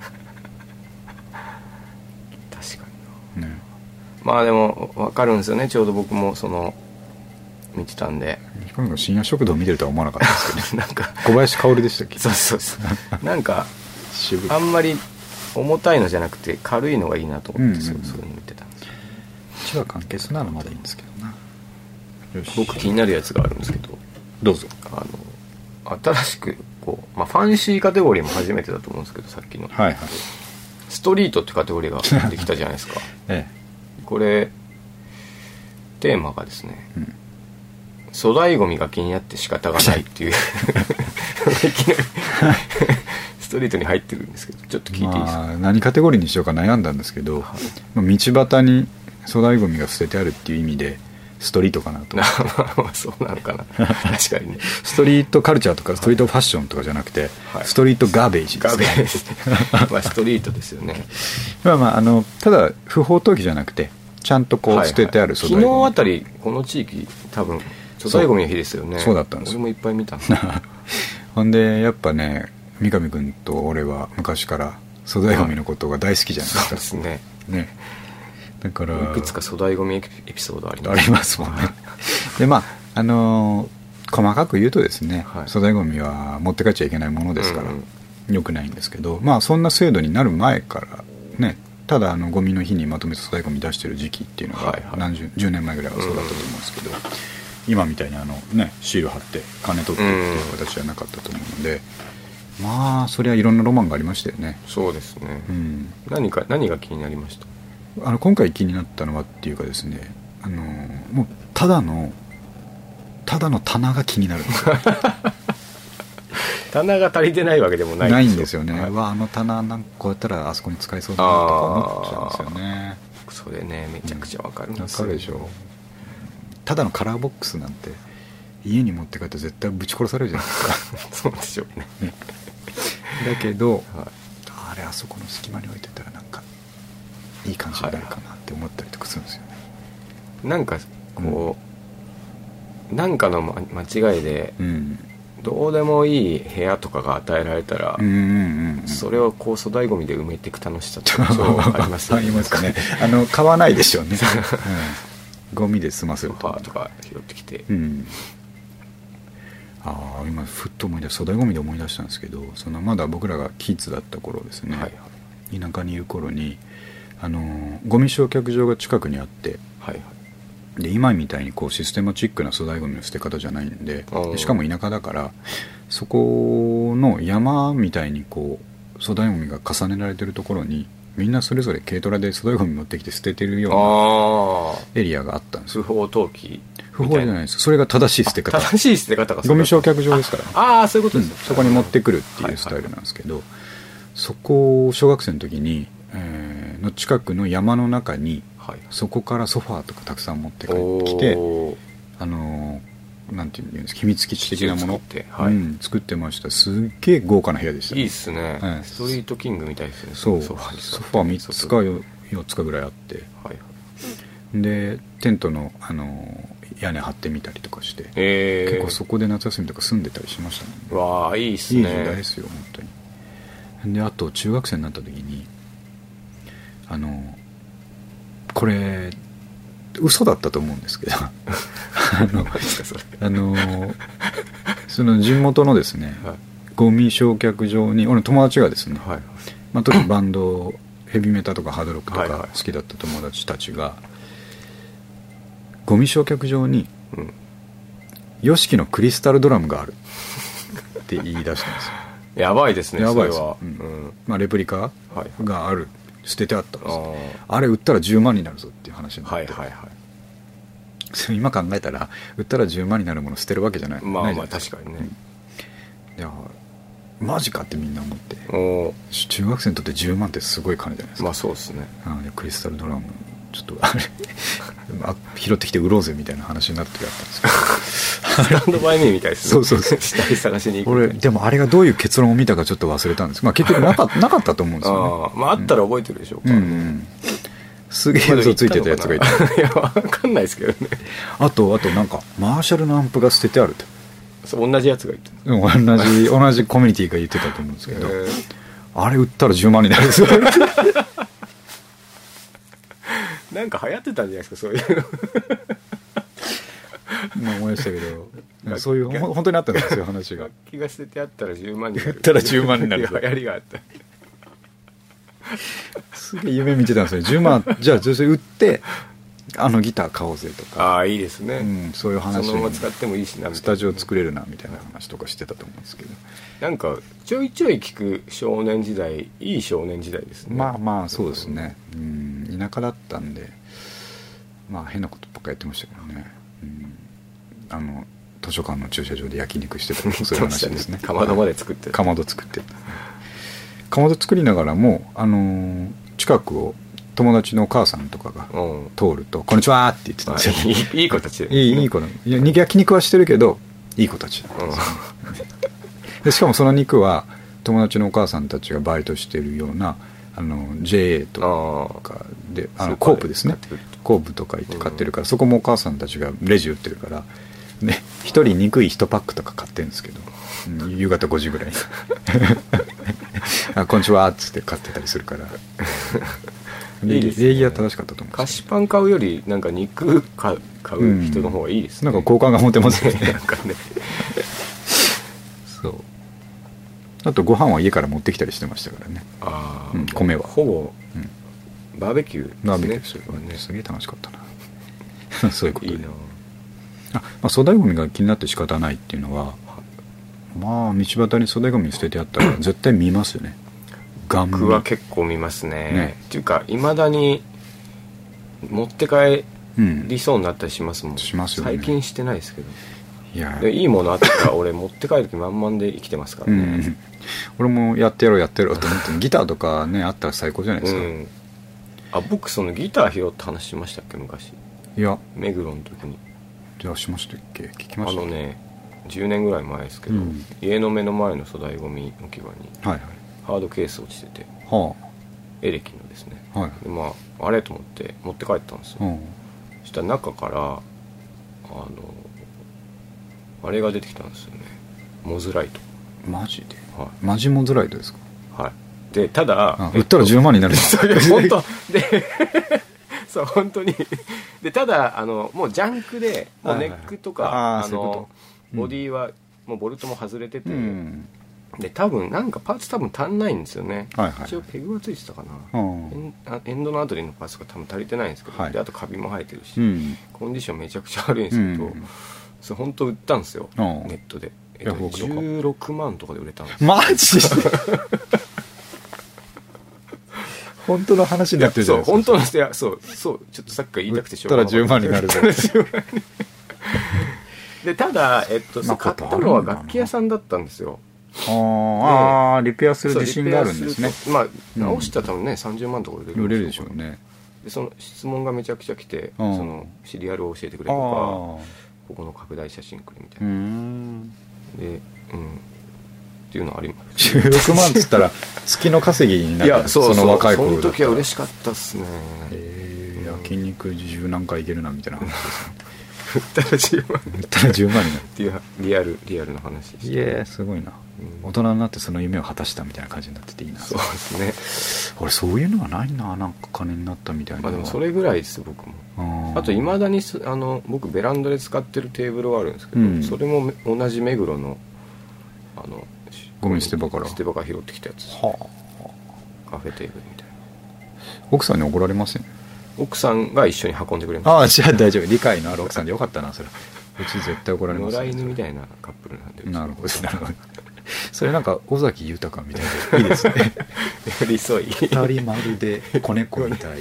Speaker 2: 確かにね。まあでも分かるんですよね。ちょうど僕もその見てたんで。
Speaker 1: 深夜食堂見てるとは思わなかったですけど、なんか小林薫でしたっけ。
Speaker 2: そうそうそうなんかあんまり重たいのじゃなくて軽いのがいいなと思って、うんうん、そういうの見てたんですよ。
Speaker 1: 一話完結ならまだいいんですけどな。
Speaker 2: よし、僕気になるやつがあるんですけど、
Speaker 1: どうぞ。
Speaker 2: あの新しくこう、まあ、ファンシーカテゴリーも初めてだと思うんですけど、さっきの、
Speaker 1: はいはい、
Speaker 2: ストリートってカテゴリーができたじゃないですか、ええ、これテーマがですね、うん、粗大ゴミが気になって仕方がないっていういきなりストリートに入ってるんですけど、ちょっと聞いていいですか。
Speaker 1: まあ、何カテゴリーにしようか悩んだんですけど、はい、道端に粗大ゴミが捨ててあるっていう意味でストリートかなと
Speaker 2: まあそうなのかな確かにね
Speaker 1: ストリートカルチャーとかストリートファッションとかじゃなくて、はい、ストリートガーベージです、ね、
Speaker 2: ガーベージまあストリートですよね
Speaker 1: まあまああのただ不法投棄じゃなくてちゃんとこう捨ててある粗大ゴミ、
Speaker 2: はいはい、昨日あたりこの地域多分粗大ゴミの日ですよね。
Speaker 1: そうだったんですよ。
Speaker 2: 俺もいっぱい見た
Speaker 1: ほんでやっぱね三上君と俺は昔から粗大ゴミのことが大好きじゃないですか、
Speaker 2: そうですね
Speaker 1: ねだから
Speaker 2: いくつか粗大ゴミエピソードあります、
Speaker 1: ありますもんねでまああのー、細かく言うとですね、はい、粗大ゴミは持って帰っちゃいけないものですから、うんうん、よくないんですけど、まあそんな制度になる前からねただあのゴミの日にまとめて粗大ゴミ出してる時期っていうのが何十、はいはい、じゅうねんまえぐらいはそうだったと思うんですけど、うん、今みたいにあの、ね、シール貼って金取ってっていう形じゃなかったと思うので、うん、まあそりゃいろんなロマンがありましたよね。
Speaker 2: そうですね、
Speaker 1: うん、
Speaker 2: 何か何が気になりました？
Speaker 1: あの今回気になったのはっていうかですねあのもうただのただの棚が気になるんですよ
Speaker 2: 棚が足りてないわけでもないんですよ。
Speaker 1: ないんですよね、はい、わあの棚なんかこうやったらあそこに使えそうだなとか思っちゃうんですよね。
Speaker 2: それねめちゃくちゃわかるんですよ、
Speaker 1: うん、わかるでしょ。ただのカラーボックスなんて家に持って帰ったら絶対ぶち殺されるじゃないです
Speaker 2: かそうでしょうね
Speaker 1: ねだけど、はい、あれあそこの隙間に置いてたらなんかいい感じになるかなって思ったりとかするんですよね、はい、
Speaker 2: なんかこう、うん、なんかの間違いで、うん、どうでもいい部屋とかが与えられたら、うんうんうん、それをこう粗大ゴミで埋めていく楽しさってそうありますよね
Speaker 1: ありますねあの買わないでしょうね、うん、ゴミで済ませる
Speaker 2: とかとか拾ってきて、
Speaker 1: うん、ああ今ふっと思い出した粗大ゴミで思い出したんですけどそのまだ僕らがキッズだった頃ですね、はい、田舎にいる頃にあのゴミ焼却場が近くにあって、はいはい、で今みたいにこうシステマチックな粗大ゴミの捨て方じゃないん で, でしかも田舎だからそこの山みたいにこう粗大ゴミが重ねられてるところにみんなそれぞれ軽トラで粗大ゴミ持ってきて捨ててるようなエリアがあったんですよ。
Speaker 2: 不法投棄
Speaker 1: 不法じゃないです。それが正しい捨て方。
Speaker 2: 正しい捨て方が
Speaker 1: ゴミ焼却場ですから、ね、
Speaker 2: ああそういうことです、ね、
Speaker 1: うん、そこに持ってくるっていうスタイルなんですけど、はいはい、そこを小学生の時に、えー、の近くの山の中に、はい、そこからソファーとかたくさん持って帰ってきてあのなんていうんですか秘密基地的なものって、はいうん、作ってました。すっげえ豪華な部屋でした、ね、
Speaker 2: いいっすね、はい、ストリートキングみたいですね。
Speaker 1: そうソファー、ソファーみっつかよっつかぐらいあって、はい、でテントの、あの屋根張ってみたりとかして、えー、結構そこで夏休みとか住んでたりしましたね。
Speaker 2: わあいいっすね。
Speaker 1: いい時代ですよ本当に。であと中学生になった時にあのこれ嘘だったと思うんですけどあのあのその地元のですね、はい、ゴミ焼却場に俺の友達がですね、はいまあ、特にバンドヘビメタとかハードロックとか好きだった友達たちが、はいはい、ゴミ焼却場に ヨシキ のクリスタルドラムがあるって言い出したんですよ。
Speaker 2: やばいですね。
Speaker 1: やばいです。
Speaker 2: それは、
Speaker 1: うんうんまあ、レプリカがある、はい、捨ててあったんです。 あ, あれ売ったらじゅうまんになるぞっていう話になって、はいはいはい、今考えたら売ったらじゅうまんになるもの捨てるわけじゃない。
Speaker 2: まあまあ
Speaker 1: ない
Speaker 2: 確かにね、
Speaker 1: うん、いやマジかってみんな思って。お中学生にとってじゅうまんってすごい金じゃないですか。
Speaker 2: まあそうですね。
Speaker 1: あクリスタルドラムちょっとあれ拾ってきて売ろうぜみたいな話になった時あったんですけど
Speaker 2: スタンドバイミーみたいですね。
Speaker 1: そうそうそう
Speaker 2: 死体探しに行く。
Speaker 1: 俺でもあれがどういう結論を見たかちょっと忘れたんです、まあ、結局なか, なかったと思うんですよね。
Speaker 2: あ、まあ、あったら覚えてるでしょうか、うんうん、
Speaker 1: すげえ嘘ついてたやつがいて
Speaker 2: いや分かんないですけどね。
Speaker 1: あとあとなんかマーシャルのアンプが捨ててあるって。
Speaker 2: そう同じやつが言ってる。
Speaker 1: 同じ同じコミュニティが言ってたと思うんですけど、あれ売ったらじゅうまんになるんですよ
Speaker 2: なんか流行ってたんじゃないですかそういうの
Speaker 1: まあ思いましたけどそういう本当にあったんですよ話が。
Speaker 2: 楽器が捨ててあったらじゅうまんになる。
Speaker 1: 売ったらじゅうまんになる
Speaker 2: 流行りがあった
Speaker 1: すげえ夢見てたんですよ。じゅうまんじゃあそれ売ってあのギター買おうぜとか。
Speaker 2: ああいいですね、
Speaker 1: うん、そういう話。
Speaker 2: そのまま使ってもいいしなみたいな、
Speaker 1: スタジオ作れるなみたいな話とかしてたと思うんですけど、
Speaker 2: なんかちょいちょい聞く少年時代いい少年時代ですね。
Speaker 1: まあまあそうですね、うん、田舎だったんでまあ変なことばっかやってましたけどね、うん、あの図書館の駐車場で焼肉してたりそういう話ですね
Speaker 2: かまどまで作って
Speaker 1: かまど作ってかまど作りながらもあの近くを友達のお母さんとかが通ると「こんにちは」って言ってたんですよ、
Speaker 2: ね、いい、いい子たちで、
Speaker 1: ね、いい、いい子なの。いや焼肉はしてるけどいい子たちなんですよ、うん、でしかもその肉は友達のお母さんたちがバイトしてるようなあの ジェイエー とかであのコープですね、コープとか行って買ってるから、うん、そこもお母さんたちがレジ売ってるからね、一人肉いちパックとか買ってるんですけど、うん、夕方ごじぐらいにあこんにちはっつって買ってたりするからいいですね、礼儀は正しかったと思う。
Speaker 2: 菓子パン買うよりなんか肉買う人の方がいいですね、
Speaker 1: うん、なんか好感が持てますね
Speaker 2: なんかね
Speaker 1: そう。あとご飯は家から持ってきたりしてましたからね。
Speaker 2: あ、
Speaker 1: うん、米は
Speaker 2: ほぼ、うん、バーベキューですね。
Speaker 1: バーベキューするからね、すげえ楽しかったなそういうことでいいなあ、まあ、粗大ごみが気になって仕方ないっていうのは、まあ道端に粗大ごみ捨ててあったら絶対見ますよね。ガン見。
Speaker 2: 僕は結構見ますね。ねっていうかいまだに持って帰りそうになったりしますもん、うん、
Speaker 1: しますよね。
Speaker 2: 最近してないですけど、
Speaker 1: いや
Speaker 2: でいいものあったら俺持って帰る気満々で生きてますからね、うん、
Speaker 1: 俺もやってやろうやってやろうと思ってギターとかねあったら最高じゃないですか、うん、
Speaker 2: あ僕そのギター拾った話しましたっけ昔。
Speaker 1: いや
Speaker 2: 目黒の時に。
Speaker 1: じゃあしましたっけ。聞きました。
Speaker 2: あのねじゅうねんぐらい前ですけど、うん、家の目の前の粗大ごみ置き場に、はいはい、ハードケース落ちてて、はあ、エレキのですね、はい、でまああれと思って持って帰ったんですよ、はあ、そしたら中からあのあれが出てきたんですよね。モズライト。マジで、はい、マジモズライトですか。はい。でただあ売ったらじゅうまんになるんですよ本当でそう本当にでただあのもうジャンクでもうネックとか、はいはい、ああのボディはもうボルトも外れてて、うん、で多分なんかパーツ多分足んないんですよね、はいはい、一応ペグがついてたかな、うん、エンドのあたりのパーツが多分足りてないんですけど、はい、であとカビも生えてるし、うん、コンディションめちゃくちゃ悪いんですけど、うん、それ本当売ったんですよ、うん、ネットで、えっと、じゅうろくまんとかで売れたんですよ。マジ本当の話になってるじゃないですか。そう本当の話。いやそうそうちょっとさっきから言いたくてしょうがない。売ったらじゅうまんになるでただ、えっと、買ったのは楽器屋さんだったんですよ。ああリペアする自信があるんですね。まあ直したら多分ね、うん、さんじゅうまんとか売れる売れるでしょうね。でその質問がめちゃくちゃ来て、そのシリアルを教えてくれとか、ここの拡大写真くれみたいな。うんでうんっていうのあります。じゅうろくまんっつったら月の稼ぎになる。いやそうそう、その若い頃だったらその時は嬉しかったっすね。へえ、筋肉十何回いけるなみたいな話ですね。売ったらじゅうまん売ったらじゅうまんになるっていうリアルリアルな話でした。いやすごいな、うん、大人になってその夢を果たしたみたいな感じになってていいな。そうですね。俺そういうのはないな、なんか金になったみたいな。まあでもそれぐらいです僕も。 あ, あといまだにあの僕ベランダで使ってるテーブルはあるんですけど、うん、それも同じ目黒のあのゴミ捨て場から捨て場から拾ってきたやつ、はあ、カフェテーブルみたいな。奥さんに怒られません？奥さんが一緒に運んでくれます。ああじゃあ大丈夫。理解のある奥さんでよかったなそれ。うち絶対怒られます、ね、野良犬みたいなカップルなんで。なるほどなるほど。それなんか尾崎豊みたいでいいですね。理想いい。二人まるで子猫みたい。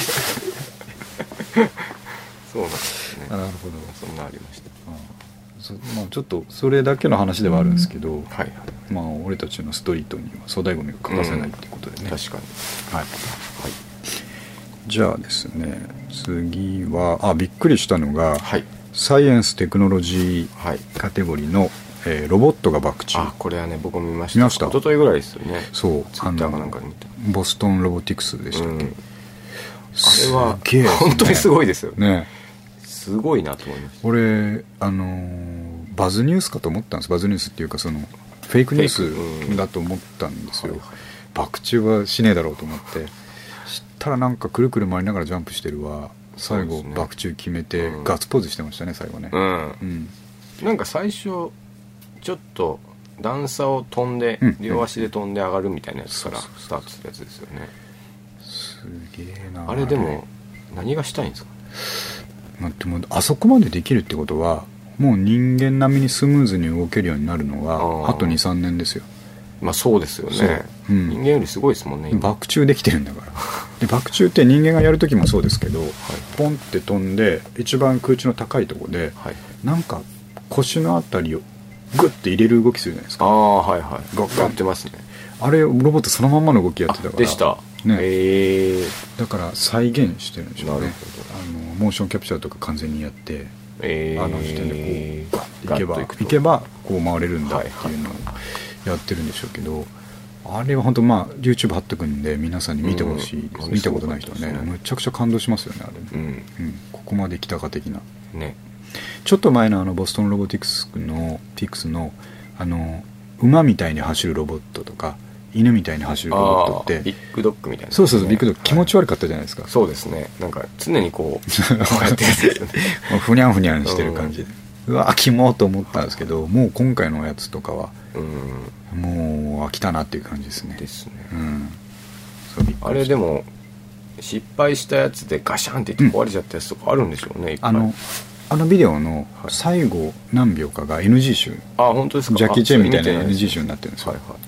Speaker 2: そうなんですね。なるほど。そんなありました。あそまあ、ちょっとそれだけの話ではあるんですけど、うんはいはい、まあ俺たちのストリートには粗大ゴミが欠かせないっていうことでね、うん、確かに、はいはい、じゃあですね次はあびっくりしたのが、はい、サイエンステクノロジーカテゴリーの、えー、ロボットが爆中。あこれはね僕も見ました。見ました。一昨日ぐらいですよね。そうツイッターかなんかで見た。ボストンロボティクスでしたっけ、うん、あれはす、ね、本当にすごいですよね。すごいなと思いました。俺あのー、バズニュースかと思ったんです。バズニュースっていうかそのフェイクニュースだと思ったんですよ、うん、爆中はしねえだろうと思って知ったらなんかくるくる回りながらジャンプしてるわ。最後、ね、爆中決めて、うん、ガッツポーズしてましたね最後ね、うんうん、なんか最初ちょっと段差を飛んで、うん、両足で飛んで上がるみたいなやつからスタートするやつですよね。すげえなあれ。でも何がしたいんですか。でもあそこまでできるってことはもう人間並みにスムーズに動けるようになるのはあと に,さん 年ですよ。まあそうですよね、うん、人間よりすごいですもんね。爆中できてるんだからで爆中って人間がやるときもそうですけど、はい、ポンって飛んで一番空中の高いところで、はい、なんか腰のあたりをグッて入れる動きするじゃないですか。ああはいはいガッガッやってますね。あれロボットそのまんまの動きやってたからでした。
Speaker 1: ね、えー、だから再現してるんでしょうね。あのモーションキャプチャーとか完全にやって、えー、あの時点でこうガッと行けば行けばこう回れるんだっていうのをやってるんでしょうけど、あれは本当まあ YouTube 貼ってくんで皆さんに見てほしいです、うん、見たことない人はね、むちゃくちゃ感動しますよねあれね、うんうん、ここまで来たか的な、ね、ちょっと前のあのボストンロボティクスのピクスのあの馬みたいに走るロボットとか犬みたいに走るロボットって
Speaker 2: ビッグドッグみたいな、ね、
Speaker 1: そうそうそうビッグドッグ気持ち悪かったじゃないですか、はい、
Speaker 2: そうですね、なんか常にこうこうやってるんですよね
Speaker 1: ふにゃんふにゃんしてる感じで、うん、うわキモと思ったんですけど、もう今回のやつとかは、うん、もう飽きたなっていう感じですね
Speaker 2: ですね、
Speaker 1: うん、
Speaker 2: あれでも失敗したやつでガシャンっていって壊れちゃったやつとかあるんでしょうね、うん、いっぱい。
Speaker 1: あのあのビデオの最後何秒かが エヌジー 集、
Speaker 2: あ本当ですか、
Speaker 1: ジャッキー・チェンみたいな エヌジー 集になってるんですよ、はいはい、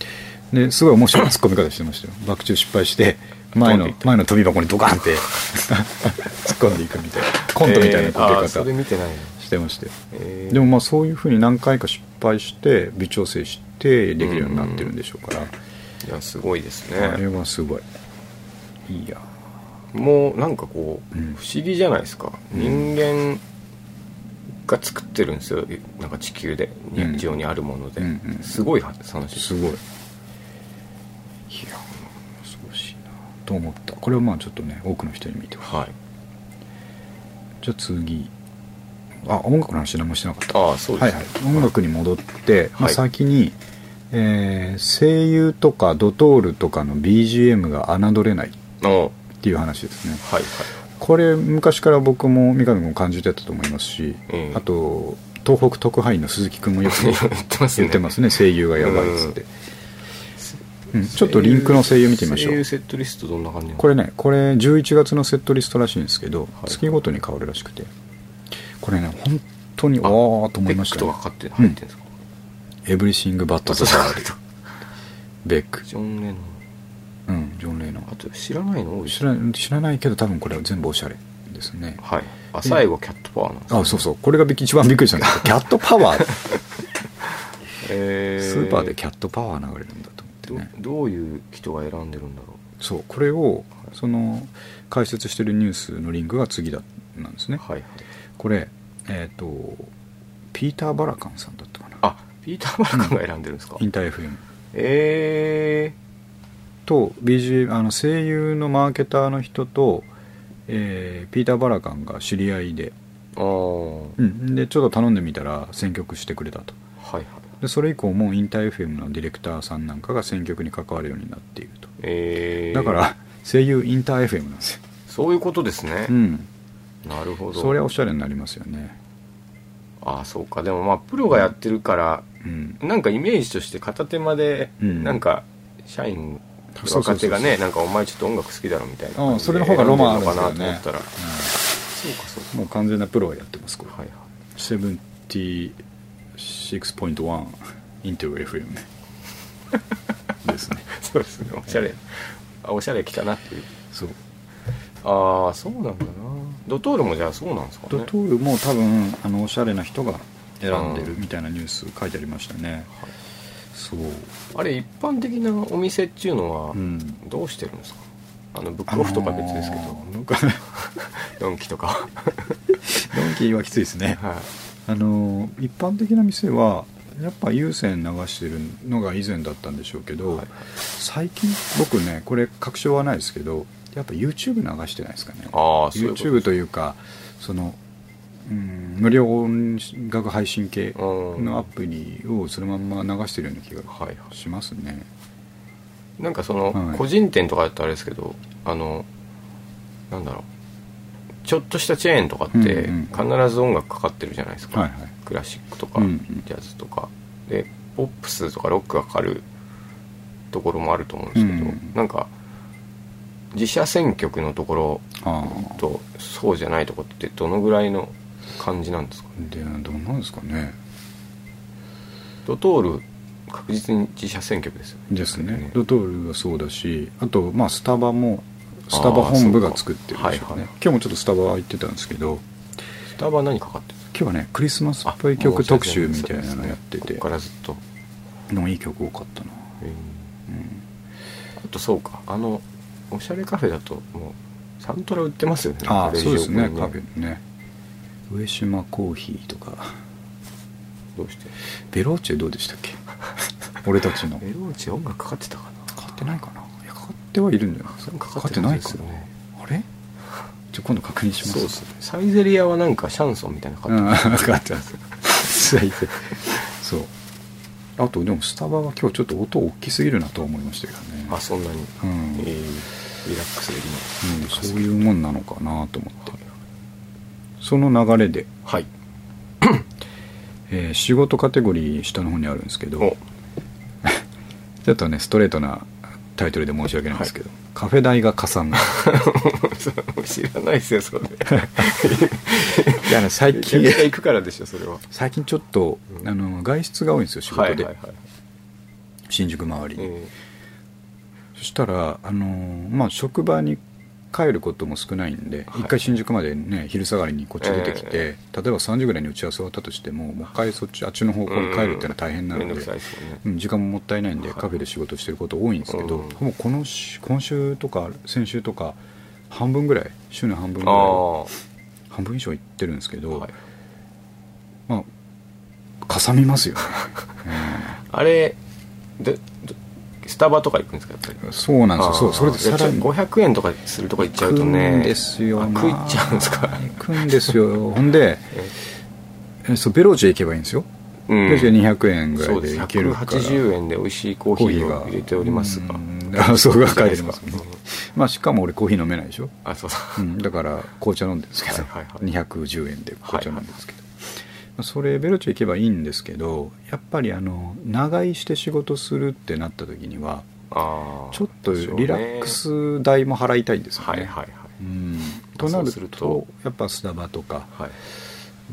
Speaker 1: ですごい面白いツッコミ方してましたよ。バク宙失敗して前の前の飛び箱にドカンって突っ込んでいくみたいなコントみたいなこけ方してまして、えー、でもまあそういうふうに何回か失敗して微調整してできるようになってるんでしょうから、うんうん、
Speaker 2: いやすごいですね。
Speaker 1: あれはすごいいいや、
Speaker 2: もうなんかこう、うん、不思議じゃないですか、うん、人間が作ってるんですよ、なんか地球で日常にあるもので、うんうんうん、すごい話
Speaker 1: すごい、いやすごいしいなと思った。これをまあちょっとね多くの人に見てほしい、はい、じゃあ次、あ音楽の話何もしてなかった。
Speaker 2: あそうです、ね、
Speaker 1: はいはい、音楽に戻って、はいまあ、先に、えー、声優とかドトールとかの ビージーエム が侮れないっていう話ですね。はいはい、これ昔から僕も三上君も感じてたと思いますし、うん、あと東北特派員の鈴木君もよく言ってます ね, 言ってますね声優がやばいっつって、うんうん、ちょっとリンクの声優見てみましょう。
Speaker 2: 声優セットリストどんな感じなの？
Speaker 1: これねこれじゅういちがつのセットリストらしいんですけど、はい、月ごとに変わるらしくて、これね本当にああと思いましたね。
Speaker 2: ベックとかかって入ってるんですか？
Speaker 1: うん、エブリシングバッドザワールドベック
Speaker 2: ジョン・レノン、
Speaker 1: うんジョン・レノン、
Speaker 2: あと知らないの多い
Speaker 1: 知ら知らないけど多分これは全部おしゃれですね。
Speaker 2: はい。あ最後キャットパワーなんです、
Speaker 1: ね、あそうそうこれが一番びっくりしたんですけどキャットパワーえー、スーパーでキャットパワー流れるんだと思ってね。
Speaker 2: ど, どういう人が選んでるんだろ
Speaker 1: う。そうこれをその解説してるニュースのリンクが次だなんですね。はい、はい、これえっ、ー、とピーター・バラカンさんだったかな。
Speaker 2: あピーター・バラカンが選んでるんですか？
Speaker 1: インター エフエム
Speaker 2: え
Speaker 1: ーと ビージーエム あの声優のマーケターの人と、えー、ピーター・バラカンが知り合いで、あ、うん、でちょっと頼んでみたら選曲してくれたと。はいはい。でそれ以降もインター エフエム のディレクターさんなんかが選曲に関わるようになっていると、えー、だから声優インター エフエム なんですよ。
Speaker 2: そういうことですね。うんなるほど。
Speaker 1: それはおしゃれになりますよね。
Speaker 2: ああそうか。でもまあプロがやってるから、うん、なんかイメージとして片手間で、うん、なんか社員若手がねなんかお前ちょっと音楽好きだろみたいな感じで
Speaker 1: それの方がロマンあるんですよね。
Speaker 2: かなと思ったら、うん、そうかそうか。
Speaker 1: もう完全なプロがやってますこれ。はいはい。セブンティシックスポイントワン イントゥ エフエム ねですね。
Speaker 2: そうですね。おしゃれ、あおしゃれ来たなっていう。
Speaker 1: そう。
Speaker 2: ああそうなんだな。ドトールもじゃあそうなんですかね。
Speaker 1: ドトールも多分あのおしゃれな人が選んでるみたいなニュース書いてありましたね、はい、そう
Speaker 2: あれ一般的なお店っていうのはどうしてるんですか？あのブックオフとか別ですけど、あのー、ドンキとか
Speaker 1: ドンキはきついですね、はい、あの一般的な店はやっぱ有線流してるのが以前だったんでしょうけど、はい、最近僕ねこれ確証はないですけどやっぱ YouTube 流してないですかね。ああ、そういうことです。YouTube というかその、うん、無料音楽配信系のアプリをそのまま流してるような気がしますね、はいはい、
Speaker 2: なんかその、はい、個人店とかだとあれですけどあのなんだろうちょっとしたチェーンとかって必ず音楽かかってるじゃないですか、はいはい、クラシックとか、うんうん、ジャズとかでポップスとかロックがかかるところもあると思うんですけど、うん、なんか自社選曲のところとそうじゃないところってどのぐらいの感じなんですか？
Speaker 1: でどうなんですかね。
Speaker 2: ドトール確実に自社選曲ですよね。
Speaker 1: ですね。ドトールはそうだしあとまあスタバもスタバ本部が作ってるんですよね、はいはい、今日もちょっとスタバ行ってたんですけど
Speaker 2: スタバ何かかってるんですか？
Speaker 1: 今日はねクリスマスっぽい曲特集みたいなのやってて、
Speaker 2: ここからずっと
Speaker 1: のいい曲多かったな。
Speaker 2: へー、うん、あとそうかあのおしゃれカフェだともうサントラ売ってますよね。
Speaker 1: ああ、そうですね、カフェね。上島コーヒーとか。
Speaker 2: どうして
Speaker 1: ベローチェどうでしたっけ俺たちの
Speaker 2: ベローチェ音楽かかってたかな。
Speaker 1: かかってないかな。いや、かかってはいるんじゃないですか。かかってないかな、ね、あれじゃ今度確認します。
Speaker 2: そうですね。サイゼリヤはなんかシャンソンみたいなのかかってます、うん、かかってますサイゼ
Speaker 1: そう。あとでもスタバは今日ちょっと音大きすぎるなと思いましたけどね。
Speaker 2: あ、そんなに、
Speaker 1: うん、
Speaker 2: えー、リラックスでき
Speaker 1: ない、うん、そういうもんなのかなと思って、はい、その流れで、
Speaker 2: はい
Speaker 1: えー、仕事カテゴリー下の方にあるんですけどちょっとねストレートなタイトルで申し訳ないんですけど、はい、カフェ代がかさむ
Speaker 2: 知らないですよそれい
Speaker 1: や、ね、最近
Speaker 2: 行くからでしょそれは。
Speaker 1: 最近ちょっと、うん、あの外出が多いんですよ仕事で、はいはいはい、新宿周り、えー、そしたらあの、まあ、職場に帰ることも少ないんで、はい、一回新宿までね昼下がりにこっち出てきて、えー、例えばさんじぐらいに打ち合わせ終わったとしてももう一回そっちあっちの方向に帰るっていうのは大変なので、うんねうん、時間ももったいないんで、はい、カフェで仕事してること多いんですけど、うん、もうこの今週とか先週とか半分ぐらい週の半分ぐらい半分以上行ってるんですけど、はい、まあかさみますよね、
Speaker 2: うん、あれでスタバとか行くんですかやっぱり。
Speaker 1: そうなんですよ。そうそれでさらに
Speaker 2: ごひゃくえんとかするとこ行っちゃうとね。
Speaker 1: 行くんですよ。
Speaker 2: 食いっちゃうんですか。
Speaker 1: 行くんですよ。ほんでえそうベローチェ行けばいいんですよ。うん、ベローチェにひゃくえんぐらいで行けるから。
Speaker 2: ひゃくはちじゅうえんで美味しいコーヒーを入れております
Speaker 1: が。あ、そうが書いてますね。まあしかも俺コーヒー飲めないでしょ。
Speaker 2: あ、そうそう、
Speaker 1: うん、だから紅茶飲んでるんですけど、はいはいはい、にひゃくじゅうえんで紅茶飲んでるんですけど。はいはいそれベロチェ行けばいいんですけどやっぱりあの長居して仕事するってなった時にはあちょっとリラックス代も払いたいんですよね、はいはいはいうん、となる と, するとやっぱスタバとか、はい、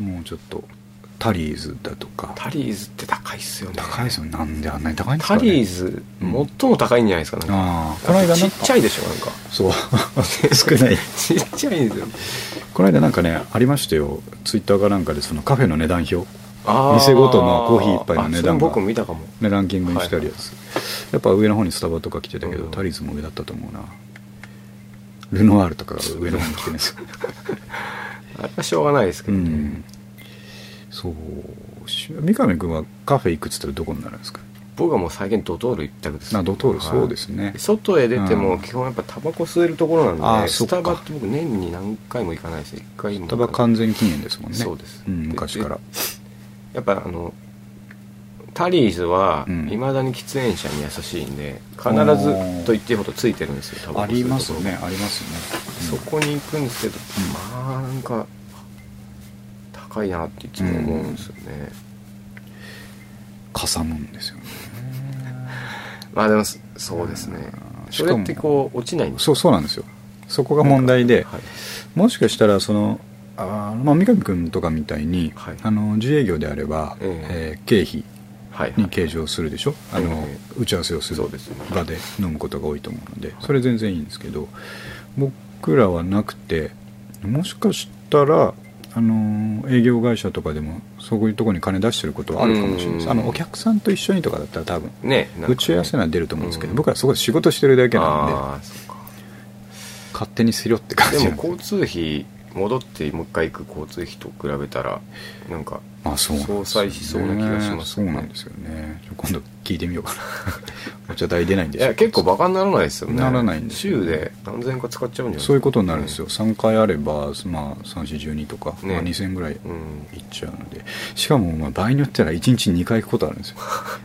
Speaker 1: もうちょっとタリーズだとか。
Speaker 2: タリーズって高いっすよね。
Speaker 1: 高いですよ。なんであんなに高いんですかね。
Speaker 2: タリーズ、うん、最も高いんじゃないですかね。あこの間ちっちゃいでしょなんか。
Speaker 1: そう少ない
Speaker 2: ちっちゃいんですよ。
Speaker 1: この間なんかねありましたよツイッターかなんかでそのカフェの値段表店ごとのコーヒー一杯の値段が
Speaker 2: 僕見たかも
Speaker 1: ねランキングにしてあるやつ、はいはい、やっぱ上の方にスタバとか来てたけど、うん、タリーズも上だったと思うな。ルノワールとかが上の方に来てるんですよ
Speaker 2: あれはしょうがないですけどね、うん、
Speaker 1: そう三上君はカフェ行くっつったらどこになるんですか。
Speaker 2: 僕はもう最近ドトール一択です、
Speaker 1: ね、あドトールそうですね。
Speaker 2: 外へ出ても基本やっぱタバコ吸えるところなんでスタバって僕年に何回も行かないです。いっかいも。
Speaker 1: スタバ完全禁煙ですもんね。
Speaker 2: そうです、
Speaker 1: うん、昔から
Speaker 2: やっぱあのタリーズはいまだに喫煙者に優しいんで、うん、必ずと言っていいほどついてるんですよタバコ吸うところ。ありますねありますね、うん、そこに行くんですけど、うん、まあなんか高いなっていつも思うんですよね、うん、
Speaker 1: かさむんですよね
Speaker 2: まあでもそうですね。それってこう落ちないんですか。
Speaker 1: そうそうなんですよ。そこが問題で、はい、もしかしたらそのあ、まあ、三上君とかみたいに、はい、あの自営業であれば、えーえー、経費に計上するでしょ、はいはい、あの、えー、打ち合わせをする場で飲むことが多いと思うので、それ全然いいんですけど、僕らはなくてもしかしたらあの営業会社とかでもそういうところに金出してることはあるかもしれないです。あのお客さんと一緒にとかだったら多分、ねね、打ち合わせなら出ると思うんですけど、僕はそこで仕事してるだけなんで勝手にするよって感じ。
Speaker 2: でも交通費戻ってもう一回行く交通費と比べたらなんか相殺しそうな気がします
Speaker 1: ね。そうなんですよね。今度聞いてみようかなお茶代出ないんでしょ。
Speaker 2: いや結構バカにならないですよね。
Speaker 1: ならないんですよ、ね、
Speaker 2: 週で何千円か使っちゃうんじゃないですか。
Speaker 1: そういうことになるんですよ、うん、さんかいあれば、まあ、さん、よん、じゅうにとか、ねまあ、にせんえんぐらいいっちゃうので、うん、しかもまあ場合によってはいちにちにかい行くことあるんですよ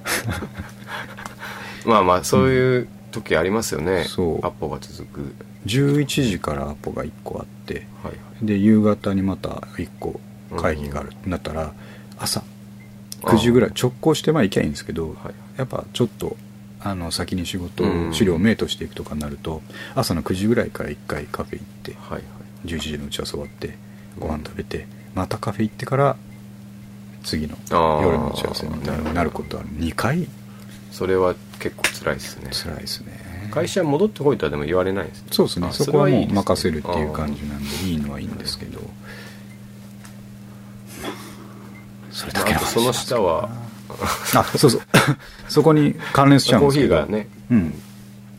Speaker 2: まあまあそういう時ありますよね、うん、そうアポが続く。
Speaker 1: じゅういちじからアポがいっこあって、はいはい、で夕方にまたいっこ会議があるってなったら、朝くじぐらい直行してまあ行きゃいいんですけど、はい、やっぱちょっとあの先に仕事資料をメイトしていくとかになると、朝のくじぐらいからいっかいカフェ行って、はいはい、じゅういちじの打ち合わせ終わってご飯食べて、またカフェ行ってから次の夜の打ち合わせみたいになることはにかい。
Speaker 2: それは結構辛いですね。
Speaker 1: 辛いですね。
Speaker 2: 会社戻ってこいとはでも言われないですね。
Speaker 1: そうですね。そこはもう任せるっていう感じなんでいいのはいいんですけど、それだけの話。
Speaker 2: その下は
Speaker 1: あそうそうそこに関連しちゃうんですけど、
Speaker 2: コーヒーがね、
Speaker 1: うん、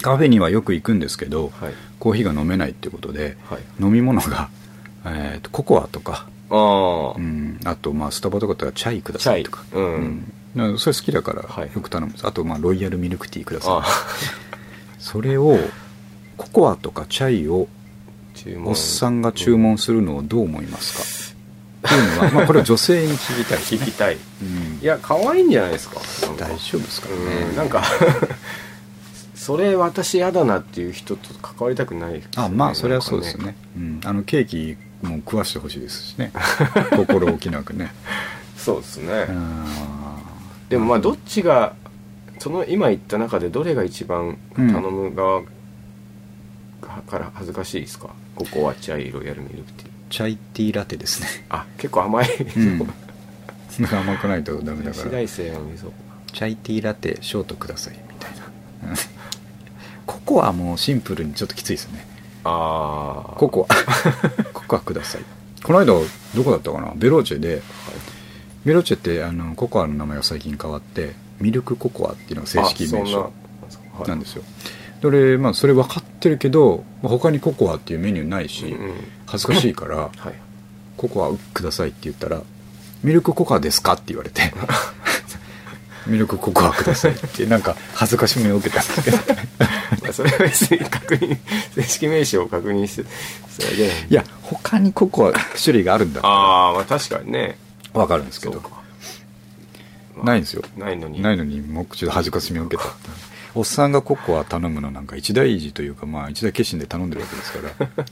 Speaker 1: カフェにはよく行くんですけど、はい、コーヒーが飲めないっていうことで、はい、飲み物が、えー、とココアとか、あ、うん、あとまあスタバとかだったらチャイくださいとか、うんうん、それ好きだからよく頼むんです、はい、あとまあロイヤルミルクティーくださいそれをココアとかチャイをおっさんが注文するのをどう思いますか、うん、っていうのは、まあ、これは女性に聞きたい、ね、
Speaker 2: 聞きたい、うん、いや可愛いんじゃないですか、
Speaker 1: 大丈夫ですかね、
Speaker 2: うん、なんかそれ私嫌だなっていう人と関わりたくないですね。
Speaker 1: あ、まあそれはそうですよね、うん、あのケーキも食わしてほしいですしね心置きなくね
Speaker 2: そうですね。でもまあどっちがその今言った中でどれが一番頼む側から恥ずかしいですか、ココアチャイロイヤルミルクティー。
Speaker 1: チャイティーラテですね。
Speaker 2: あ、結構甘い、うん、
Speaker 1: 甘くないとダメだから
Speaker 2: 女子大生の味噌
Speaker 1: チャイティーラテショートくださいみたいなココアもシンプルにちょっときついですね。ああ、ココアココアください。この間どこだったかな、ベローチェで、はい、ベローチェってあのココアの名前が最近変わってミルクココアっていうのが正式名称なんですよ。で俺、まあ、それ分かってるけど他にココアっていうメニューないし、うんうん、恥ずかしいから、はい、ココアくださいって言ったらミルクココアですかって言われてミルクココアくださいってなんか恥ずかしめを受けたんですけど
Speaker 2: まあそれは別に確認正式名称を確認してそれで
Speaker 1: いや他にココア種類があるんだったら
Speaker 2: ああ、まあ確かにね
Speaker 1: 分かるんですけど、まあ、ないんですよ。
Speaker 2: ないのに
Speaker 1: ないのにもうちょっと恥ずかしめを受けたっておっさんがココア頼むのなんか一大事というか、まあ一大決心で頼んでるわけですから、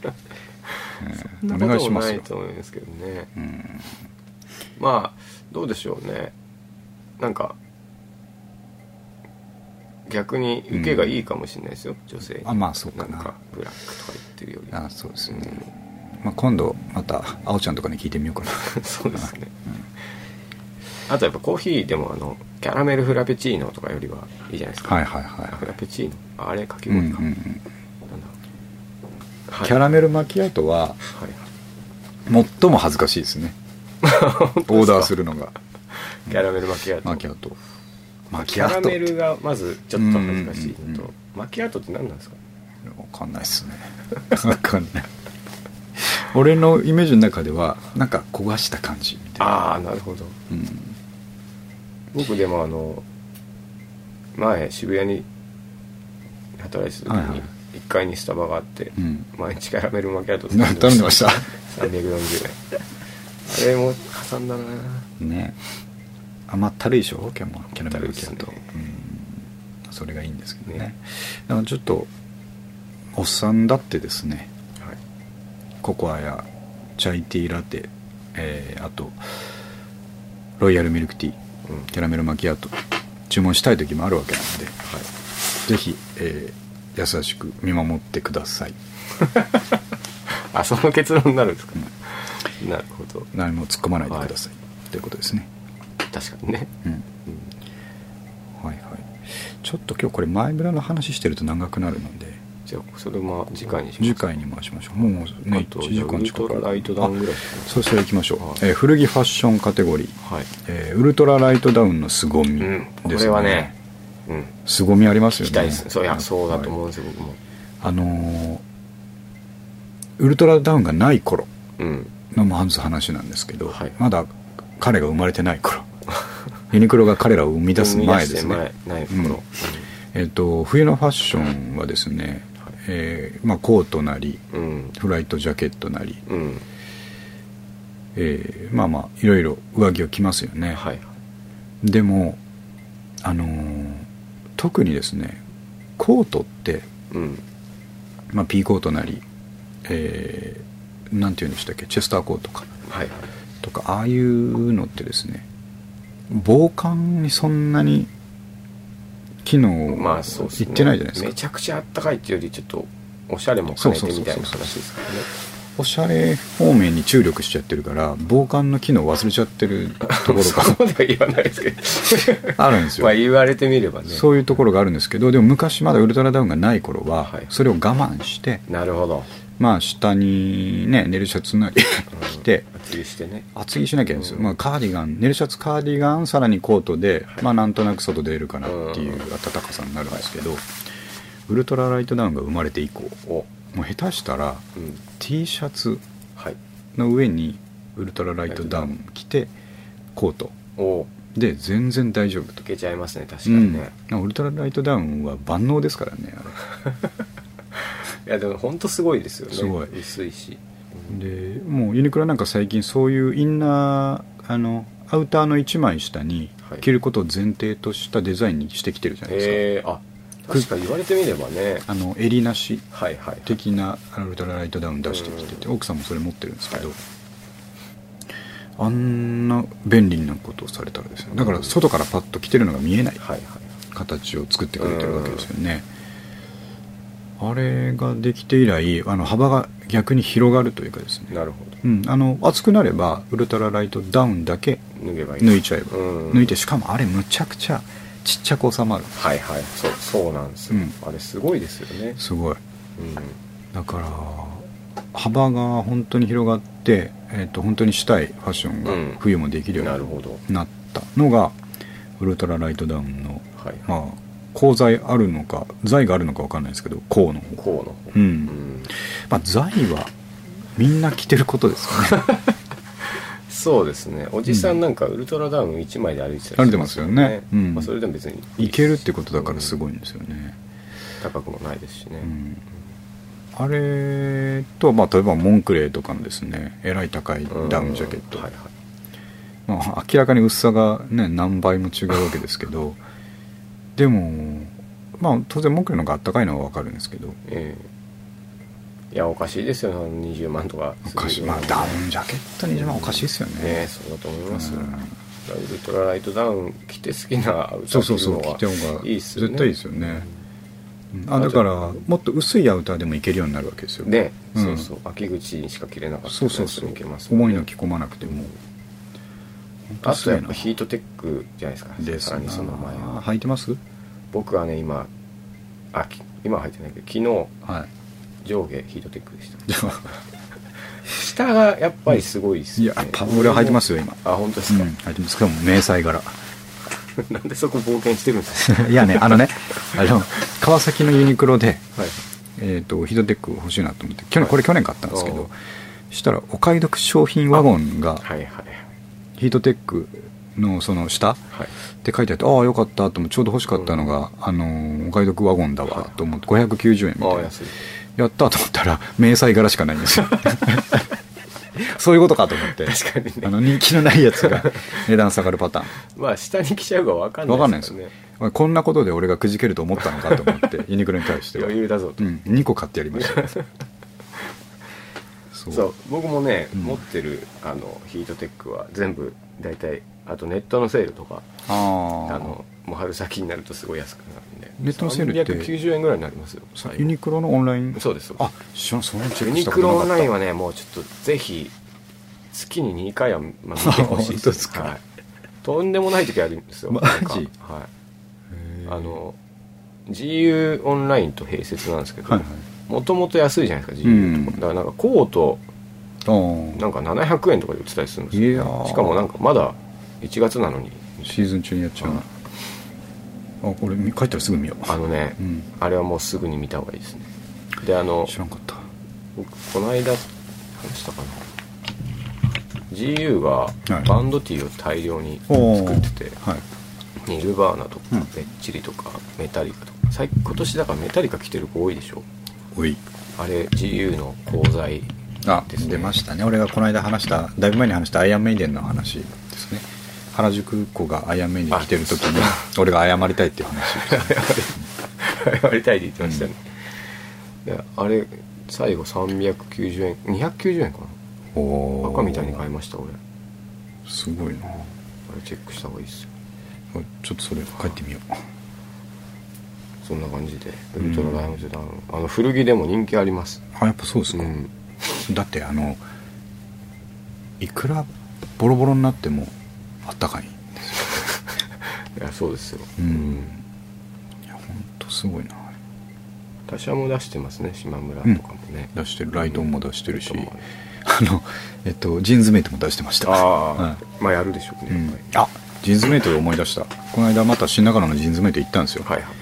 Speaker 2: えー、お願いしますよ。そんなこともないと思うんですけどね、うん、まあどうでしょうね。なんか逆に受けがいいかもしれないですよ、うん、女性に。
Speaker 1: あ、まあそうかな。
Speaker 2: なんかブラックとか言ってるより。
Speaker 1: あ、そうですね、うん、まあ、今度またあおちゃんとかに聞いてみようかな
Speaker 2: そうですね、うん、あとやっぱコーヒーでもあのキャラメルフラペチーノとかよりはいいじゃないですか。
Speaker 1: はいはいはい、
Speaker 2: フラペチーノあれかき氷か、うんうんうん、なんだ、
Speaker 1: はい、キャラメルマキアートは、はい、最も恥ずかしいですねオーダーするのが
Speaker 2: キャラメルマキアート、
Speaker 1: マキアート
Speaker 2: マキアートキャラメルがまずちょっと恥ずかしいのと、うんうんうん、マキアートって何なんですか。
Speaker 1: 分かんないっすね分かんない俺のイメージの中ではなんか焦がした感じみたいな。
Speaker 2: ああ、なるほど、うん、僕でもあの前渋谷に働いてた時にいっかいにスタバがあって、はいはい、毎日キャラメルマキアート
Speaker 1: 頼んでました
Speaker 2: さんびゃくよんじゅうえんあれも挟んだな
Speaker 1: ね。甘ったるいでしょキャラメルマキアート、ね、うん、それがいいんですけどね。ね、だからちょっとおっさんだってですね、はい、ココアやチャイティーラテ、えー、あとロイヤルミルクティー、うん、キャラメルマキアート注文したい時もあるわけなので、はい、ぜひ、えー、優しく見守ってください
Speaker 2: あ、その結論になるんですか、うん、なるほど。
Speaker 1: 何も突っ込まないでください、はい、ということですね。
Speaker 2: 確かにね、うんうん、
Speaker 1: はいはい。ちょっと今日これ前村の話してると長くなるので、
Speaker 2: じゃあそれも次回にします。
Speaker 1: 次回に回しましょう。もうねいちじかん近く。
Speaker 2: ウルトラライトダウンぐらい。
Speaker 1: そしたら行きましょう、はい、えー、古着ファッションカテゴリー、はい、えー、ウルトラライトダウンの凄みですね、うん、これはね、うん、凄みありますよね。
Speaker 2: 期待です。そう、いや、そうだと思うんですよ、はい、僕も。
Speaker 1: あのー、ウルトラダウンがない頃のまず話なんですけど、はい、まだ彼が生まれてない頃ユニクロが彼らを生み出す前ですね。ない頃、うん、えーと、冬のファッションはですね、えーまあ、コートなり、うん、フライトジャケットなり、うん、えー、まあまあいろいろ上着を着ますよね、はい、でも、あのー、特にですねコートって、うんまあ、ピーコートなり、えー、なんていうんでしたっけ、チェスターコートか、はい、とかああいうのってですね、防寒にそんなに機能いってないじゃないですか。
Speaker 2: めちゃくちゃあったかいっていうよりちょっとおしゃれも兼ねてみたいな話ですからね。
Speaker 1: おしゃれ方面に注力しちゃってるから防寒の機能忘れちゃってるところが
Speaker 2: そこまでは言わないですけど
Speaker 1: あるんですよ。
Speaker 2: まあ言われてみればね、
Speaker 1: そういうところがあるんですけど、でも昔まだウルトラダウンがない頃はそれを我慢して、
Speaker 2: なるほど、
Speaker 1: まあ下にね寝るシャツなり着て、
Speaker 2: うん、厚着してね、
Speaker 1: 厚着しなきゃいけないんですよ、うん、まあ、カーディガン、寝るシャツカーディガンさらにコートで、はい、まあなんとなく外出るかなっていう暖かさになるんですけど、 ウルトラライトダウンが生まれて以降もう下手したら、うん、T シャツの上にウルトラライトダウン着てコートで全然大丈夫と。
Speaker 2: いけちゃいますね確かにね、
Speaker 1: うん、ウルトラライトダウンは万能ですからねあ
Speaker 2: れいやでも本当すごいですよね。
Speaker 1: すごい
Speaker 2: 薄いし、
Speaker 1: うん、でもうユニクロなんか最近そういうインナーあのアウターのいちまい下に着ることを前提としたデザインにしてきてるじゃないですか。
Speaker 2: へー、あ確か言われてみればね、
Speaker 1: あの襟なし
Speaker 2: はいはい
Speaker 1: 的なウルトラライトダウン出してきてて、奥さんもそれ持ってるんですけど、はい、あんな便利なことをされたらですね、だから外からパッと着てるのが見えない形を作ってくれてるわけですよね。あれができて以来あの幅が逆に広がるというかですね。
Speaker 2: なるほど、
Speaker 1: うん、あの厚くなればウルトラライトダウンだけ抜いちゃえば、抜いて、しかもあれむちゃくちゃちっちゃく収まる。
Speaker 2: はいはい、そうそうなんですよ、うん、あれすごいですよね。
Speaker 1: すごい、うん、だから幅が本当に広がって、えー、と本当にしたいファッションが冬もできるようになったのが、ウルトラライトダウンの、はい、まあ功罪あるのか罪があるのか分かんないですけど功の方、
Speaker 2: 功の方、
Speaker 1: うんうん、まあ罪はみんな着てることですよね
Speaker 2: そうですね。おじさんなんかウルトラダウンいちまいで歩いてた
Speaker 1: りしますよね、歩いてますよね、うん、
Speaker 2: まあ、それでも別に
Speaker 1: いけるってことだからすごいんですよね、
Speaker 2: うん、高くもないですしね、うん、
Speaker 1: あれと、まあ、例えばモンクレーとかのですねえらい高いダウンジャケット、はいはい、まあ、明らかに薄さが、ね、何倍も違うわけですけどでも、まあ、当然モンクレーの方があったかいのは分かるんですけど、えー
Speaker 2: いやおかしいですよね、にじゅうまんとか。
Speaker 1: おかしい、まあ、ダウンジャケットにじゅうまんおかしいですよね。
Speaker 2: ね、そうだと思いますよ、うん、ウルトラライトダウン着て好きなアウター着るのはいいっすよね。
Speaker 1: 絶対いいですよね、うん、あだからもっと薄いアウターでもいけるようになるわけですよ
Speaker 2: ね、うん、そうそう、秋口にしか着れなかったやつにいけますもんね。
Speaker 1: 重いの着込まなくても、うん、
Speaker 2: あとやっぱヒートテックじゃないですか。
Speaker 1: です
Speaker 2: さらにその前は
Speaker 1: 履いてます？
Speaker 2: 僕はね今あ今は履いてないけど昨日、はい、上下ヒートテックでした下がやっぱりすごいですよね。
Speaker 1: いやパ俺は履いてますよ今。
Speaker 2: あ本当ですか、うん、
Speaker 1: 履いてます。しかも迷彩柄
Speaker 2: なんでそこ冒険してるんですか
Speaker 1: いやねあのねあの川崎のユニクロで、はい、えー、とヒートテック欲しいなと思って去年、はい、これ去年買ったんですけど、したらお買い得商品ワゴンが、はいはい、ヒートテックのその下、はい、って書いてあって、ああよかったと思ってちょうど欲しかったのが、うん、あのお買い得ワゴンだわと思ってごひゃくきゅうじゅうえんみたいな、やったと思ったら迷彩柄しかないんですよそういうことかと思って。
Speaker 2: 確かにね、
Speaker 1: あの人気のないやつが値段下がるパターン
Speaker 2: まあ下に来ちゃうか分かんないですよね。分かんないです
Speaker 1: よ。こんなことで俺がくじけると思ったのかと思ってユニクロに対しては
Speaker 2: 余裕だぞと、
Speaker 1: うん、にこ買ってやりました
Speaker 2: そうそう僕もね、うん、持ってるあのヒートテックは全部大体あとネットのセールとかあのもう春先になるとすごい安くなるんで、
Speaker 1: ネットのセールって
Speaker 2: さんびゃくきゅうじゅうえんぐらいになりますよ。
Speaker 1: ユニクロのオンライン。
Speaker 2: そうですそうです。
Speaker 1: あ知らん、その
Speaker 2: ユニクロオンラインはねもうちょっとぜひ月ににかいは見てほしいです、はい、とんでもない時あるんですよ。
Speaker 1: マジ、
Speaker 2: はい、あの ジーユー オンラインと併設なんですけどもともと安いじゃないですか ジーユー とか、うん、だからなんかコートなんかななひゃくえんとかで売ってたりするんですよ、ね、しかもなんかまだいちがつなのに
Speaker 1: シーズン中にやっちゃうな。あこれ帰ったらすぐ見よう。
Speaker 2: あのね、うん、あれはもうすぐに見た方がいいですね。であの
Speaker 1: 知らんかった。
Speaker 2: 僕この間話したかな、 ジーユー がバンドティーを大量に作ってて、はい、ニルバーナとか、うん、レッチリとかメタリカとか最今年だからメタリカ着てる子多いでしょ。
Speaker 1: 多い。
Speaker 2: あれ ジーユー の鋼材ですね。
Speaker 1: あ出ましたね。俺がこの間話しただいぶ前に話したアイアンメイデンの話ですね。原宿子がアイアンメイデン着てる時に俺が謝りたいっていう話
Speaker 2: 謝りたいって言ってましたね、うん、いやあれ最後さんびゃくきゅうじゅうえんにひゃくきゅうじゅうえんかな。お赤みたいに買いました俺。
Speaker 1: すごいな。あ
Speaker 2: れチェックした方がいいですよ。
Speaker 1: ちょっとそれ書いてみよう。
Speaker 2: そんな感じでウルトラダイヤモンドダウン、うん、あの古着でも人気あります。
Speaker 1: あやっぱそうですか、うん、だってあのいくらボロボロになってもあったかいんですよ
Speaker 2: いやそうですよ、
Speaker 1: うん、うん、いや本当すごいな。
Speaker 2: 他社も出してますね、島村とかもね、
Speaker 1: うん、出してる。ライトンも出してるし、うん、あのえっとジーンズメイトも出してました。
Speaker 2: ああ、うん、まあやるでしょうね、
Speaker 1: うん、あジーンズメイトで思い出した。この間また新中野のジーンズメイト行ったんですよ、
Speaker 2: はいはい、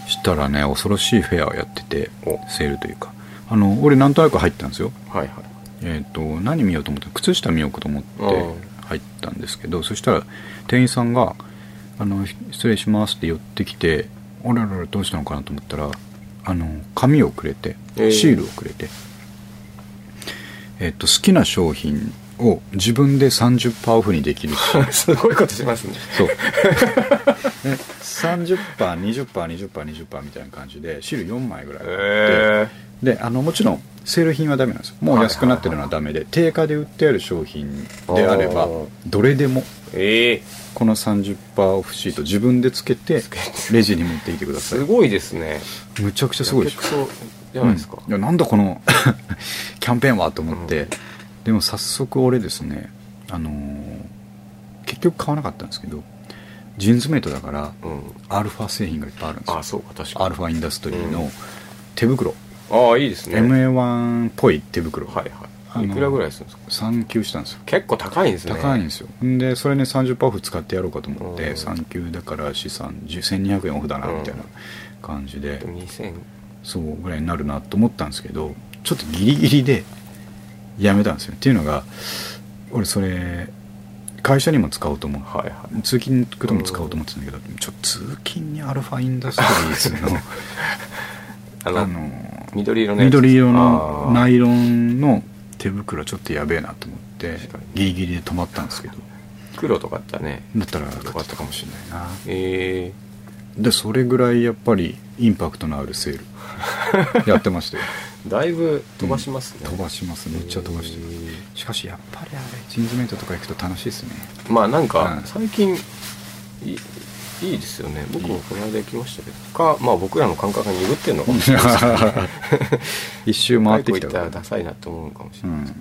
Speaker 1: したらね恐ろしいフェアをやってて、セールというか、あの俺なんとなく入ったんですよ。
Speaker 2: はいはい。
Speaker 1: えっと何見ようと思って靴下見ようかと思って入ったんですけど、そしたら店員さんがあの失礼しますって寄ってきて、あらららどうしたのかなと思ったら、あの紙をくれて、シールをくれて、えー、っと好きな商品を自分で さんじゅっパーセント オフにできる
Speaker 2: すごいことしますね。
Speaker 1: そうね さんじゅっパーセント、にじゅっパーセント、にじゅっパーセント、にじゅっパーセント みたいな感じでシールよんまいぐらいあって、えー、であのもちろんセール品はダメなんですよ。もう安くなってるのはダメで、はいはいはい、定価で売ってある商品であればどれでも、えー、この さんじゅっパーセント オフシート自分でつけてレジに持っていてください。
Speaker 2: すごいですね。
Speaker 1: むちゃくちゃすごいでしょ。
Speaker 2: じゃないですか、
Speaker 1: うん、いやなんだこのキャンペーンはと思って、うん、でも早速俺ですね、あのー、結局買わなかったんですけど、ジーンズメイトだから、うん、アルファ製品がいっぱいあるんですよ。
Speaker 2: あ、そうか、確かに。
Speaker 1: アルファインダストリーの手袋、
Speaker 2: うん、ああいいですね。
Speaker 1: エムエーワン っぽい手袋、
Speaker 2: はいはい。いくらぐらいするんですか？
Speaker 1: 産休したんですよ。
Speaker 2: 結構高いんですね。
Speaker 1: 高いんですよ。でそれね さんじゅっパーセント オフ使ってやろうかと思って、産休だから資産せんにひゃくえんオフだなみたいな感じで、
Speaker 2: にせん
Speaker 1: そうぐらいになるなと思ったんですけど、ちょっとギリギリでやめたんですよ。っていうのが俺それ会社にも使おうと思う、はいはい、通勤とも使おうと思ってたんだけど、ちょっと通勤にアルファインダストリーズの
Speaker 2: あの、あの緑色のやつ、
Speaker 1: 緑色のナイロンの手袋ちょっとやべえなと思ってギリギリで止まったんですけど、
Speaker 2: 黒とかだったらね、
Speaker 1: だったら
Speaker 2: 買
Speaker 1: 買ったかもしれないな。
Speaker 2: え
Speaker 1: ー、でそれぐらいやっぱりインパクトのあるセールやってましたよ。
Speaker 2: だいぶ飛ばしますね、
Speaker 1: うん、飛ばします、めっちゃ飛ばしてる。しかしやっぱりあれジーンズメイトとか行くと楽しいですね。
Speaker 2: まあなんか最近いい、いいですよね。僕もこの間行きましたけど、かまあ僕らの感覚が鈍ってるのかもしれないですね
Speaker 1: 一周回ってきた
Speaker 2: からダサいなと思うかもしれないです、うん、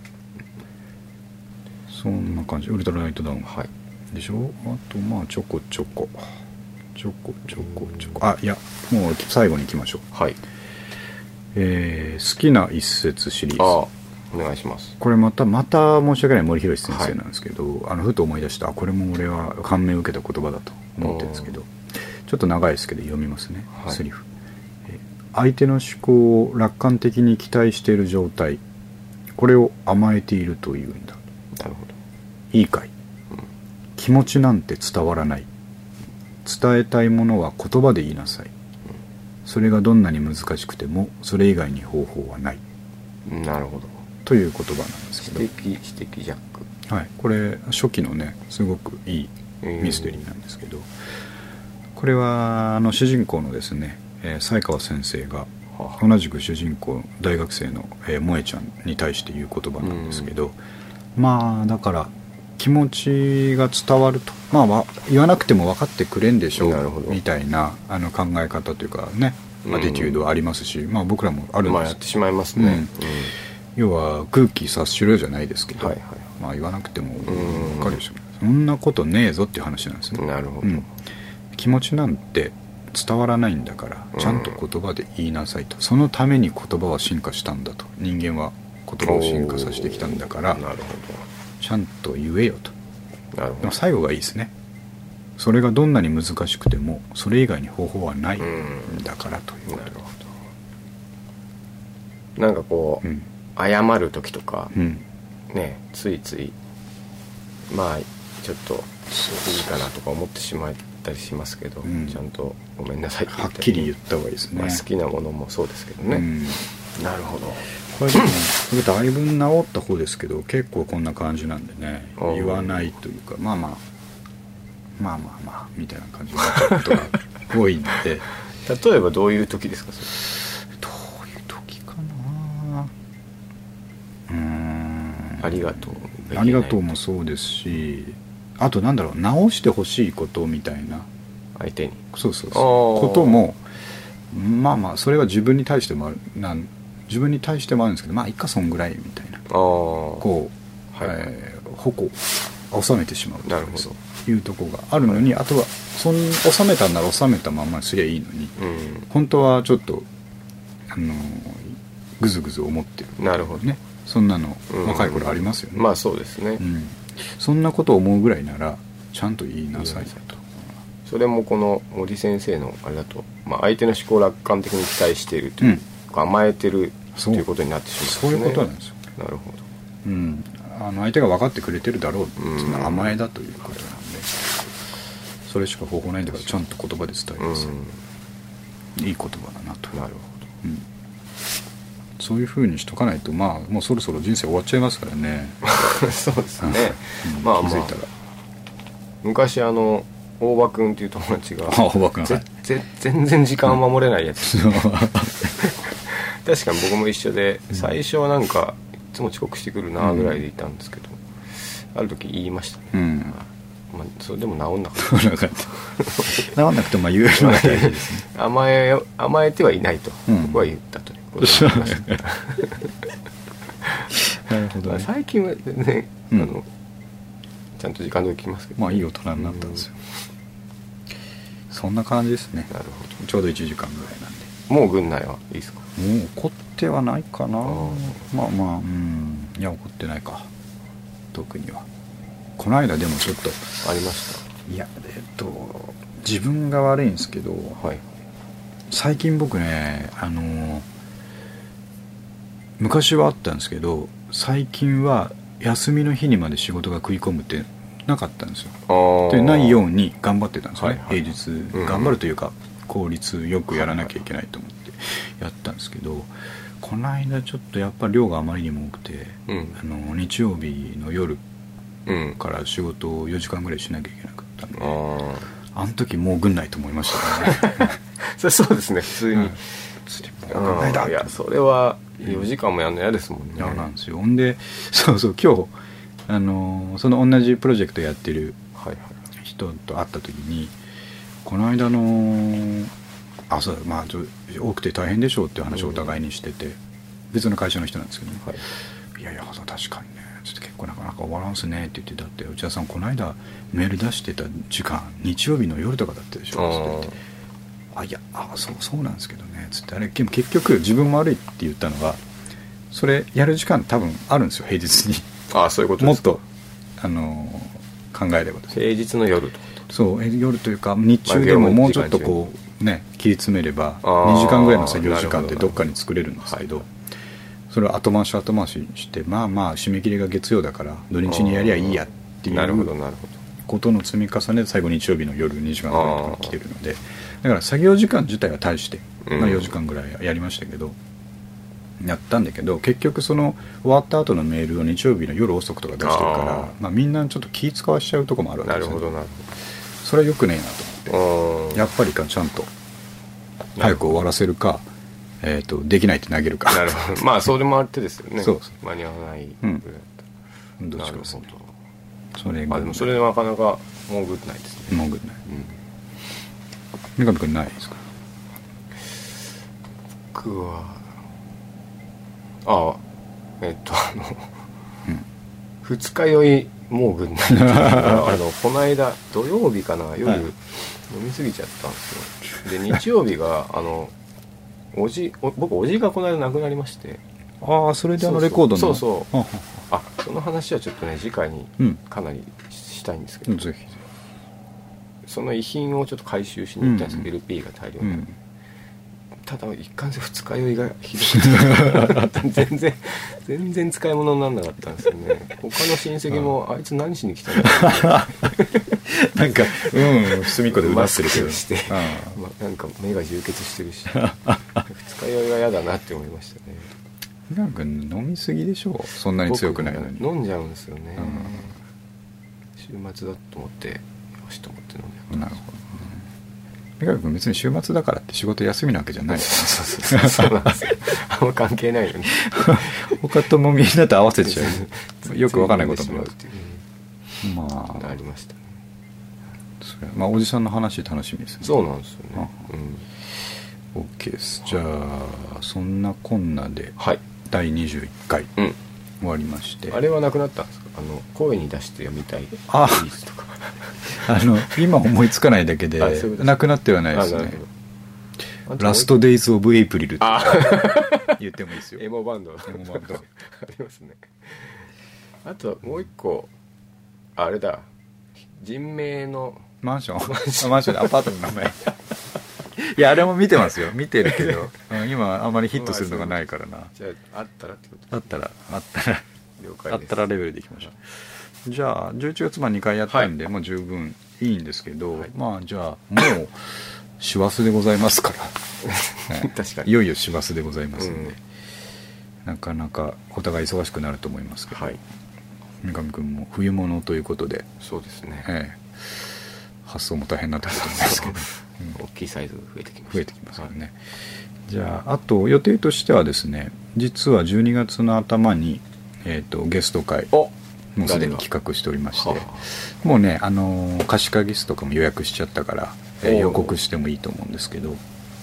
Speaker 1: そんな感じ。ウルトラライトダウン、はい、でしょ。あとまあちょこちょこちょこちょこちょこ、あいやもう最後に行きましょう。はい、えー、好きな一節シリーズ、
Speaker 2: あお願いします。
Speaker 1: これまたまた申し訳ない森博先生なんですけど、はい、あのふと思い出した、これも俺は感銘を受けた言葉だと思ってるんですけど、ちょっと長いですけど読みますね、はい、セリフ。相手の思考を楽観的に期待している状態、これを甘えているというんだ。
Speaker 2: なるほど。
Speaker 1: いいかい、うん、気持ちなんて伝わらない。伝えたいものは言葉で言いなさい、うん、それがどんなに難しくてもそれ以外に方法はない。
Speaker 2: なるほど。
Speaker 1: という言葉なんですけど、
Speaker 2: 指摘指摘ジャック、
Speaker 1: はい、これ初期のねすごくいいミステリーなんですけど、これはあの主人公のですね才川先生が同じく主人公大学生の萌ちゃんに対して言う言葉なんですけど、まあだから気持ちが伝わると、まあ言わなくても分かってくれんでしょうみたいなあの考え方というかね、アティチュードありますし、まあ僕らもあるんです。
Speaker 2: まあやってしまいますね、うんうん、
Speaker 1: 要は空気察しろじゃないですけど、はいはい、まあ言わなくても分かるでしょう。そんなことねえぞっていう話なんですね。
Speaker 2: なるほど、うん、
Speaker 1: 気持ちなんて伝わらないんだからちゃんと言葉で言いなさいと、そのために言葉は進化したんだと、人間は言葉を進化させてきたんだから、なるほど、ちゃんと言えよと。なるほど。最後がいいですね。それがどんなに難しくてもそれ以外に方法はないんだからということ。なるほ
Speaker 2: ど。なんかこう、うん、謝る時とか、うん、ねついついまあちょっといいかなとか思ってしまったりしますけど、うん、ちゃんとごめんなさいって
Speaker 1: 言ってはっきり言った方がいいですね、
Speaker 2: まあ、好きなものもそうですけどね、うん、なるほど。
Speaker 1: これでもこれだいぶ治った方ですけど結構こんな感じなんでね、言わないというか、まあまあまあまあまあみたいな感じになっちゃうことが多いんで
Speaker 2: 例えばどういう時ですかそれ。
Speaker 1: どういう時かな。うーん
Speaker 2: ありがとう
Speaker 1: ありがとうもそうですし、あとなんだろう、直してほしいことみたいな、
Speaker 2: 相手に
Speaker 1: そうそうそうこともまあまあそれは自分に対してもある、なん自分に対してもあるんですけど、まあ一回そんぐらいみたいな、こう、はい、えー、矛を収めてしまうというところがあるのに、はい、あとはそん収めたんなら収めたままにすりゃいいのに、うん、本当はちょっとあのぐずぐず思ってる。
Speaker 2: なるほどね。
Speaker 1: そんなの若い頃ありますよね、
Speaker 2: うん、まあそうですね、
Speaker 1: うん、そんなことを思うぐらいならちゃんと言いなさいと。
Speaker 2: そそれもこの森先生のあれだと、まあ、相手の思考を楽観的に期待しているという、うん、甘えてるということになってしまうんですね。
Speaker 1: そういうことなんですよ。
Speaker 2: なるほど、
Speaker 1: うん、あの相手が分かってくれてるだろうっていうのは甘えだということなんで、それしか方法ないんだからちゃんと言葉で伝えます、うん、いい言葉だなと。
Speaker 2: なるほど、
Speaker 1: うん、そういう風にしとかないと、まあもうそろそろ人生終わっちゃいますからね
Speaker 2: そうですね、うん、まあまあ気づいたら昔あの大場君っていう友達が
Speaker 1: 大場君、はい、
Speaker 2: 全然時間を守れないやつ、うん、確かに僕も一緒で、最初はなんかいつも遅刻してくるなぐらいでいたんですけど、うん、ある時言いましたね、うんまあ、それでも治んなかった治
Speaker 1: んなくても言えるのが大事ですね
Speaker 2: 甘え甘えてはいないと、うん、僕は言ったということになりましたなるほど、ね、最近は全然、うん、あのちゃんと時間で起きますけど、
Speaker 1: まあいい大人になったんですよ、うん、そんな感じですね。
Speaker 2: なるほど、
Speaker 1: ちょうどいちじかんぐらいなんで。
Speaker 2: もう軍内はいいですか？
Speaker 1: もう怒ってはないかな。まあまあうんいや怒ってないか特には。この間でもちょっと
Speaker 2: ありました。
Speaker 1: いやえっと自分が悪いんですけど、はい、最近僕ねあの昔はあったんですけど最近は休みの日にまで仕事が食い込むってなかったんですよ。でないように頑張ってたんですよね、はいはい、平日、うん、頑張るというか効率よくやらなきゃいけないと思ってやったんですけど、この間ちょっとやっぱ量があまりにも多くて、うん、あの日曜日の夜から仕事をよじかんぐらいしなきゃいけなかったんで、うん、あの時もう軍内と思いましたね
Speaker 2: それそうですね普通に、うん、もう軍内だ。いやそれはよじかんもやるの嫌ですもんね。
Speaker 1: 嫌なんですよ。ほんでそうそう今日あのその同じプロジェクトやってる人と会った時に、この間のあそうまあ多くて大変でしょうっていう話をお互いにしてて、別の会社の人なんですけどね、はい、いやいや確かにねちょっと結構なかなか終わらんすねって言って、だって内田さんこの間メール出してた時間日曜日の夜とかだったでしょって言って、あいやあそうそうなんですけどねつって、あれ結局自分も悪いって言ったのはそれやる時間多分あるんですよ平日に。
Speaker 2: ああそういうことですか。
Speaker 1: もっとあの考えればです、
Speaker 2: ね、平日の夜と
Speaker 1: そう夜というか日中でももうちょっとこうね切り詰めればにじかんぐらいの作業時間ってどっかに作れるんですけど、それを後回し後回ししてまあまあ締め切りが月曜だから土日にやりゃいいやっていうことの積み重ねで最後日曜日の夜にじかんぐらいとか来てるので、だから作業時間自体は大して、まあ、よじかんぐらいやりましたけど、やったんだけど結局その終わった後のメールを日曜日の夜遅くとか出してるから、まあ、みんなちょっと気使わしちゃうとこもあるわけですよね。
Speaker 2: なるほどなるほど。
Speaker 1: それはよくねえなと思って、やっぱりかちゃんと早く終わらせるか、えー、とできないって投げるか。
Speaker 2: なるほどまあそれもあってですよね。そうそう間に合わないぐらいだった、うん、どっちかですね。それあでもそれなかなかもうグッないですね。
Speaker 1: もうグッない、うん、三上君ないですか？
Speaker 2: 僕はああえっとあの、うん、二日酔いもうぐんないあのこの間土曜日かな夜、はい、飲み過ぎちゃったんですよ。で日曜日があのおじお僕おじがこの間亡くなりまして。
Speaker 1: ああそれであのレコードの
Speaker 2: そうそうそうあその話はちょっとね次回にかなりしたいんですけど、うん、ぜひその遺品をちょっと回収しに行ったんですけど、うん、エルピー が大量に、うん、ただ一貫性二日酔いがひどくて全然全然使い物にならなかったんですよね。他の親戚もあいつ何しに来たんだ
Speaker 1: なんかうん隅っこでうなってるけど
Speaker 2: して、まあ、なんか目が充血してるし二日酔いが嫌だなって思いましたね。
Speaker 1: なんか飲みすぎでしょそんなに強くないのに。
Speaker 2: 飲んじゃうんですよね、うん、週末だと思ってよしと思って飲んで。
Speaker 1: なるほど。三上君別に週末だからって仕事休みなわけじゃない
Speaker 2: そうそうそうそうなんですよあんま関係ないよね
Speaker 1: 他ともみんなと合わせちゃうよくわかんないこともあるっていう、
Speaker 2: まあありましたね。
Speaker 1: それまあおじさんの話楽しみですね。
Speaker 2: そうなんですよね、
Speaker 1: うん、OK です。じゃあそんなこんなで、はい、だいにじゅういっかい、うん、終わりまして。
Speaker 2: あれはなくなったんですか？あの声に出して読みたい
Speaker 1: あとかあの今思いつかないだけでなくなってはないですね。ラストデイズオブエイプリルって言ってもいいですよ。
Speaker 2: エモバンドエモバンドありますね。あともう一個あれだ人名の
Speaker 1: マンションマンションでアパートの名前いやあれも見てますよ、見てるけど今あんまりヒットするのがないからな。
Speaker 2: じゃああったらってこと
Speaker 1: あったらあったら
Speaker 2: 了解です。
Speaker 1: あったらレベルでいきましょう。じゃあじゅういちがつまあにかいやったんで、はい、もう十分いいんですけど、はい、まあじゃあもう師走でございますから、ね、
Speaker 2: 確かに
Speaker 1: いよいよ師走でございますんで、うん、なかなかお互い忙しくなると思いますけど、はい、三上君も冬物ということで、
Speaker 2: そうですね、
Speaker 1: ええ、発送も大変になってくると思いますけど
Speaker 2: うん、大きいサイズ増えてきます、
Speaker 1: 増えてきますよね、はい、じゃああと予定としてはですね、実はじゅうにがつの頭に、えー、とゲスト会もうすでに企画しておりまして、もうね、あのー、貸し会議室とかも予約しちゃったから、えー、予告してもいいと思うんですけど、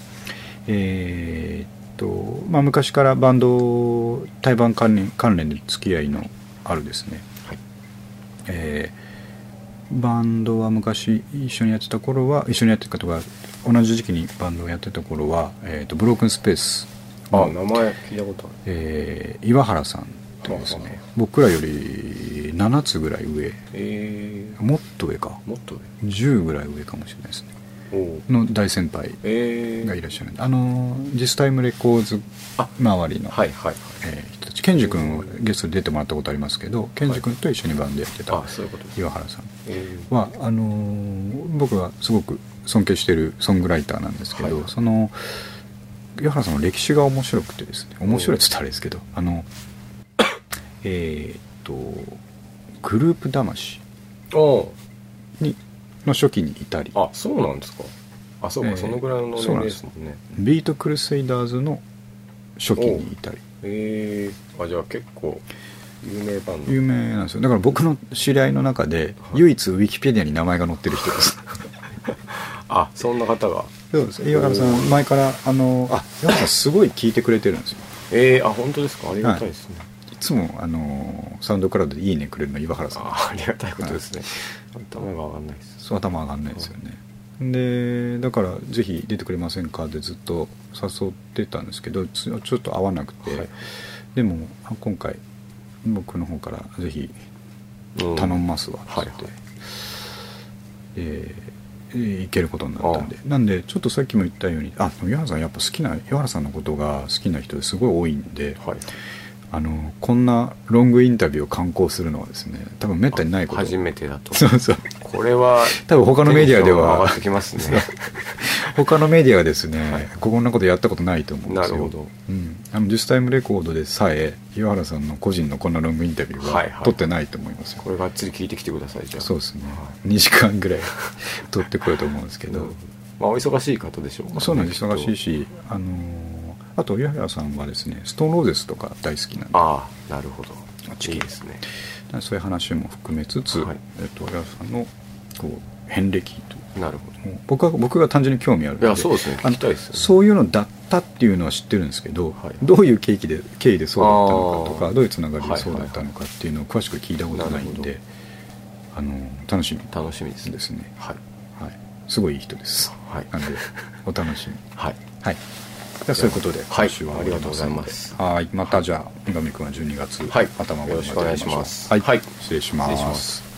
Speaker 1: えー、っとまあ昔からバンド対バン関連関連で付き合いのあるですね、はい、えーバンドは昔一緒にやってた頃は一緒にやってた方が同じ時期にバンドをやってた頃は、えー、とブロークンスペース、
Speaker 2: あ、名前聞いたことある、
Speaker 1: えー、岩原さんというですね、僕らよりななつぐらい上、
Speaker 2: えー、
Speaker 1: もっと上か、
Speaker 2: もっと
Speaker 1: 上じゅうぐらい上かもしれないですねの大先輩がいらっしゃるんで、あのジスタイムレコーズ周りの、はいはいはい、えー、人たち、ケンジ君をゲストで出てもらったことありますけど、ケンジ君と一緒にバンドやってた岩原さんは、あのー、僕はすごく尊敬してるソングライターなんですけど、はい、その岩原さんの歴史が面白くてですね、面白いって言ったらあれですけど、あのえー、っとグループ魂にの初期にいたり、
Speaker 2: あ、そうなんですか、あ、そうか、えー、そのぐらいの年齢ですもんね。
Speaker 1: ビートクルセイダーズの初期にいたり、
Speaker 2: えー、あ、じゃあ結構有名バンド、
Speaker 1: 有名なんですよ。だから僕の知り合いの中で唯一ウィキペディアに名前が載ってる人です
Speaker 2: あ、そんな方が。
Speaker 1: そうです。岩原さん前からあのあ岩原さんすごい聞いてくれてるんですよ。
Speaker 2: えー、あ、本当ですか、ありがたいですね、はい、
Speaker 1: いつもあのサウンドクラウドでいいねくれるの岩原さん。
Speaker 2: あ, ありがたいことですね、はい、頭が上がんないです。
Speaker 1: そう、頭上がんないですよね、うん、でだからぜひ出てくれませんかってずっと誘ってたんですけど、ちょっと合わなくて、はい、でも今回僕の方からぜひ頼みますわって言って、うん、はいはい、えー、いけることになったんで、なんでちょっとさっきも言ったように、あ、岩原さんやっぱ好きな、岩原さんのことが好きな人ですごい多いんで、はい、あのこんなロングインタビューを敢行するのはですね、多分めったにないこと。
Speaker 2: 初めてだと。
Speaker 1: そうそう、
Speaker 2: これは
Speaker 1: 多分他のメディアでは
Speaker 2: 上がってきますね
Speaker 1: 他のメディアはですね、はい、こんなことやったことないと思うんですよ。
Speaker 2: なるほど、
Speaker 1: うん、あのデュスタイムレコードでさえ岩原さんの個人のこんなロングインタビューは取ってないと思いますよ、はいはい、
Speaker 2: これがっつり聞いてきてください。じゃあ
Speaker 1: そうですね、はい、にじかんぐらい取ってくると思うんですけど、うん、
Speaker 2: まあ、お忙しい方でしょうか、ね、
Speaker 1: そうなんです、忙しいし、あのー、あと岩原さんはですねストーンローゼスとか大好きなんで、
Speaker 2: ああ、なるほど、いいですね。
Speaker 1: そういう話も含めつつ、はい、えっと、岩原さんのこう遍歴という、
Speaker 2: なるほど、
Speaker 1: 僕は僕が単純に興味あるので、
Speaker 2: いや、そうですね、聞きたいですよね。
Speaker 1: そういうのだったっていうのは知ってるんですけど、はい、どういう経緯で経緯でそうだったのかとか、どういうつながりでそうだったのかっていうのを詳しく聞いたことないんで、あの楽しみ
Speaker 2: 楽しみですね。
Speaker 1: ですね、
Speaker 2: はい
Speaker 1: はい、すごいいい人です、はい、なのでお楽しみ
Speaker 2: はい、
Speaker 1: はい、じゃあそういうことで
Speaker 2: 今週はありがとうございます。
Speaker 1: はい、またじゃあ三上君はじゅうにがつ頭頃まで
Speaker 2: よろしくお願いします。
Speaker 1: はい、はい、失礼します。
Speaker 2: 失礼します。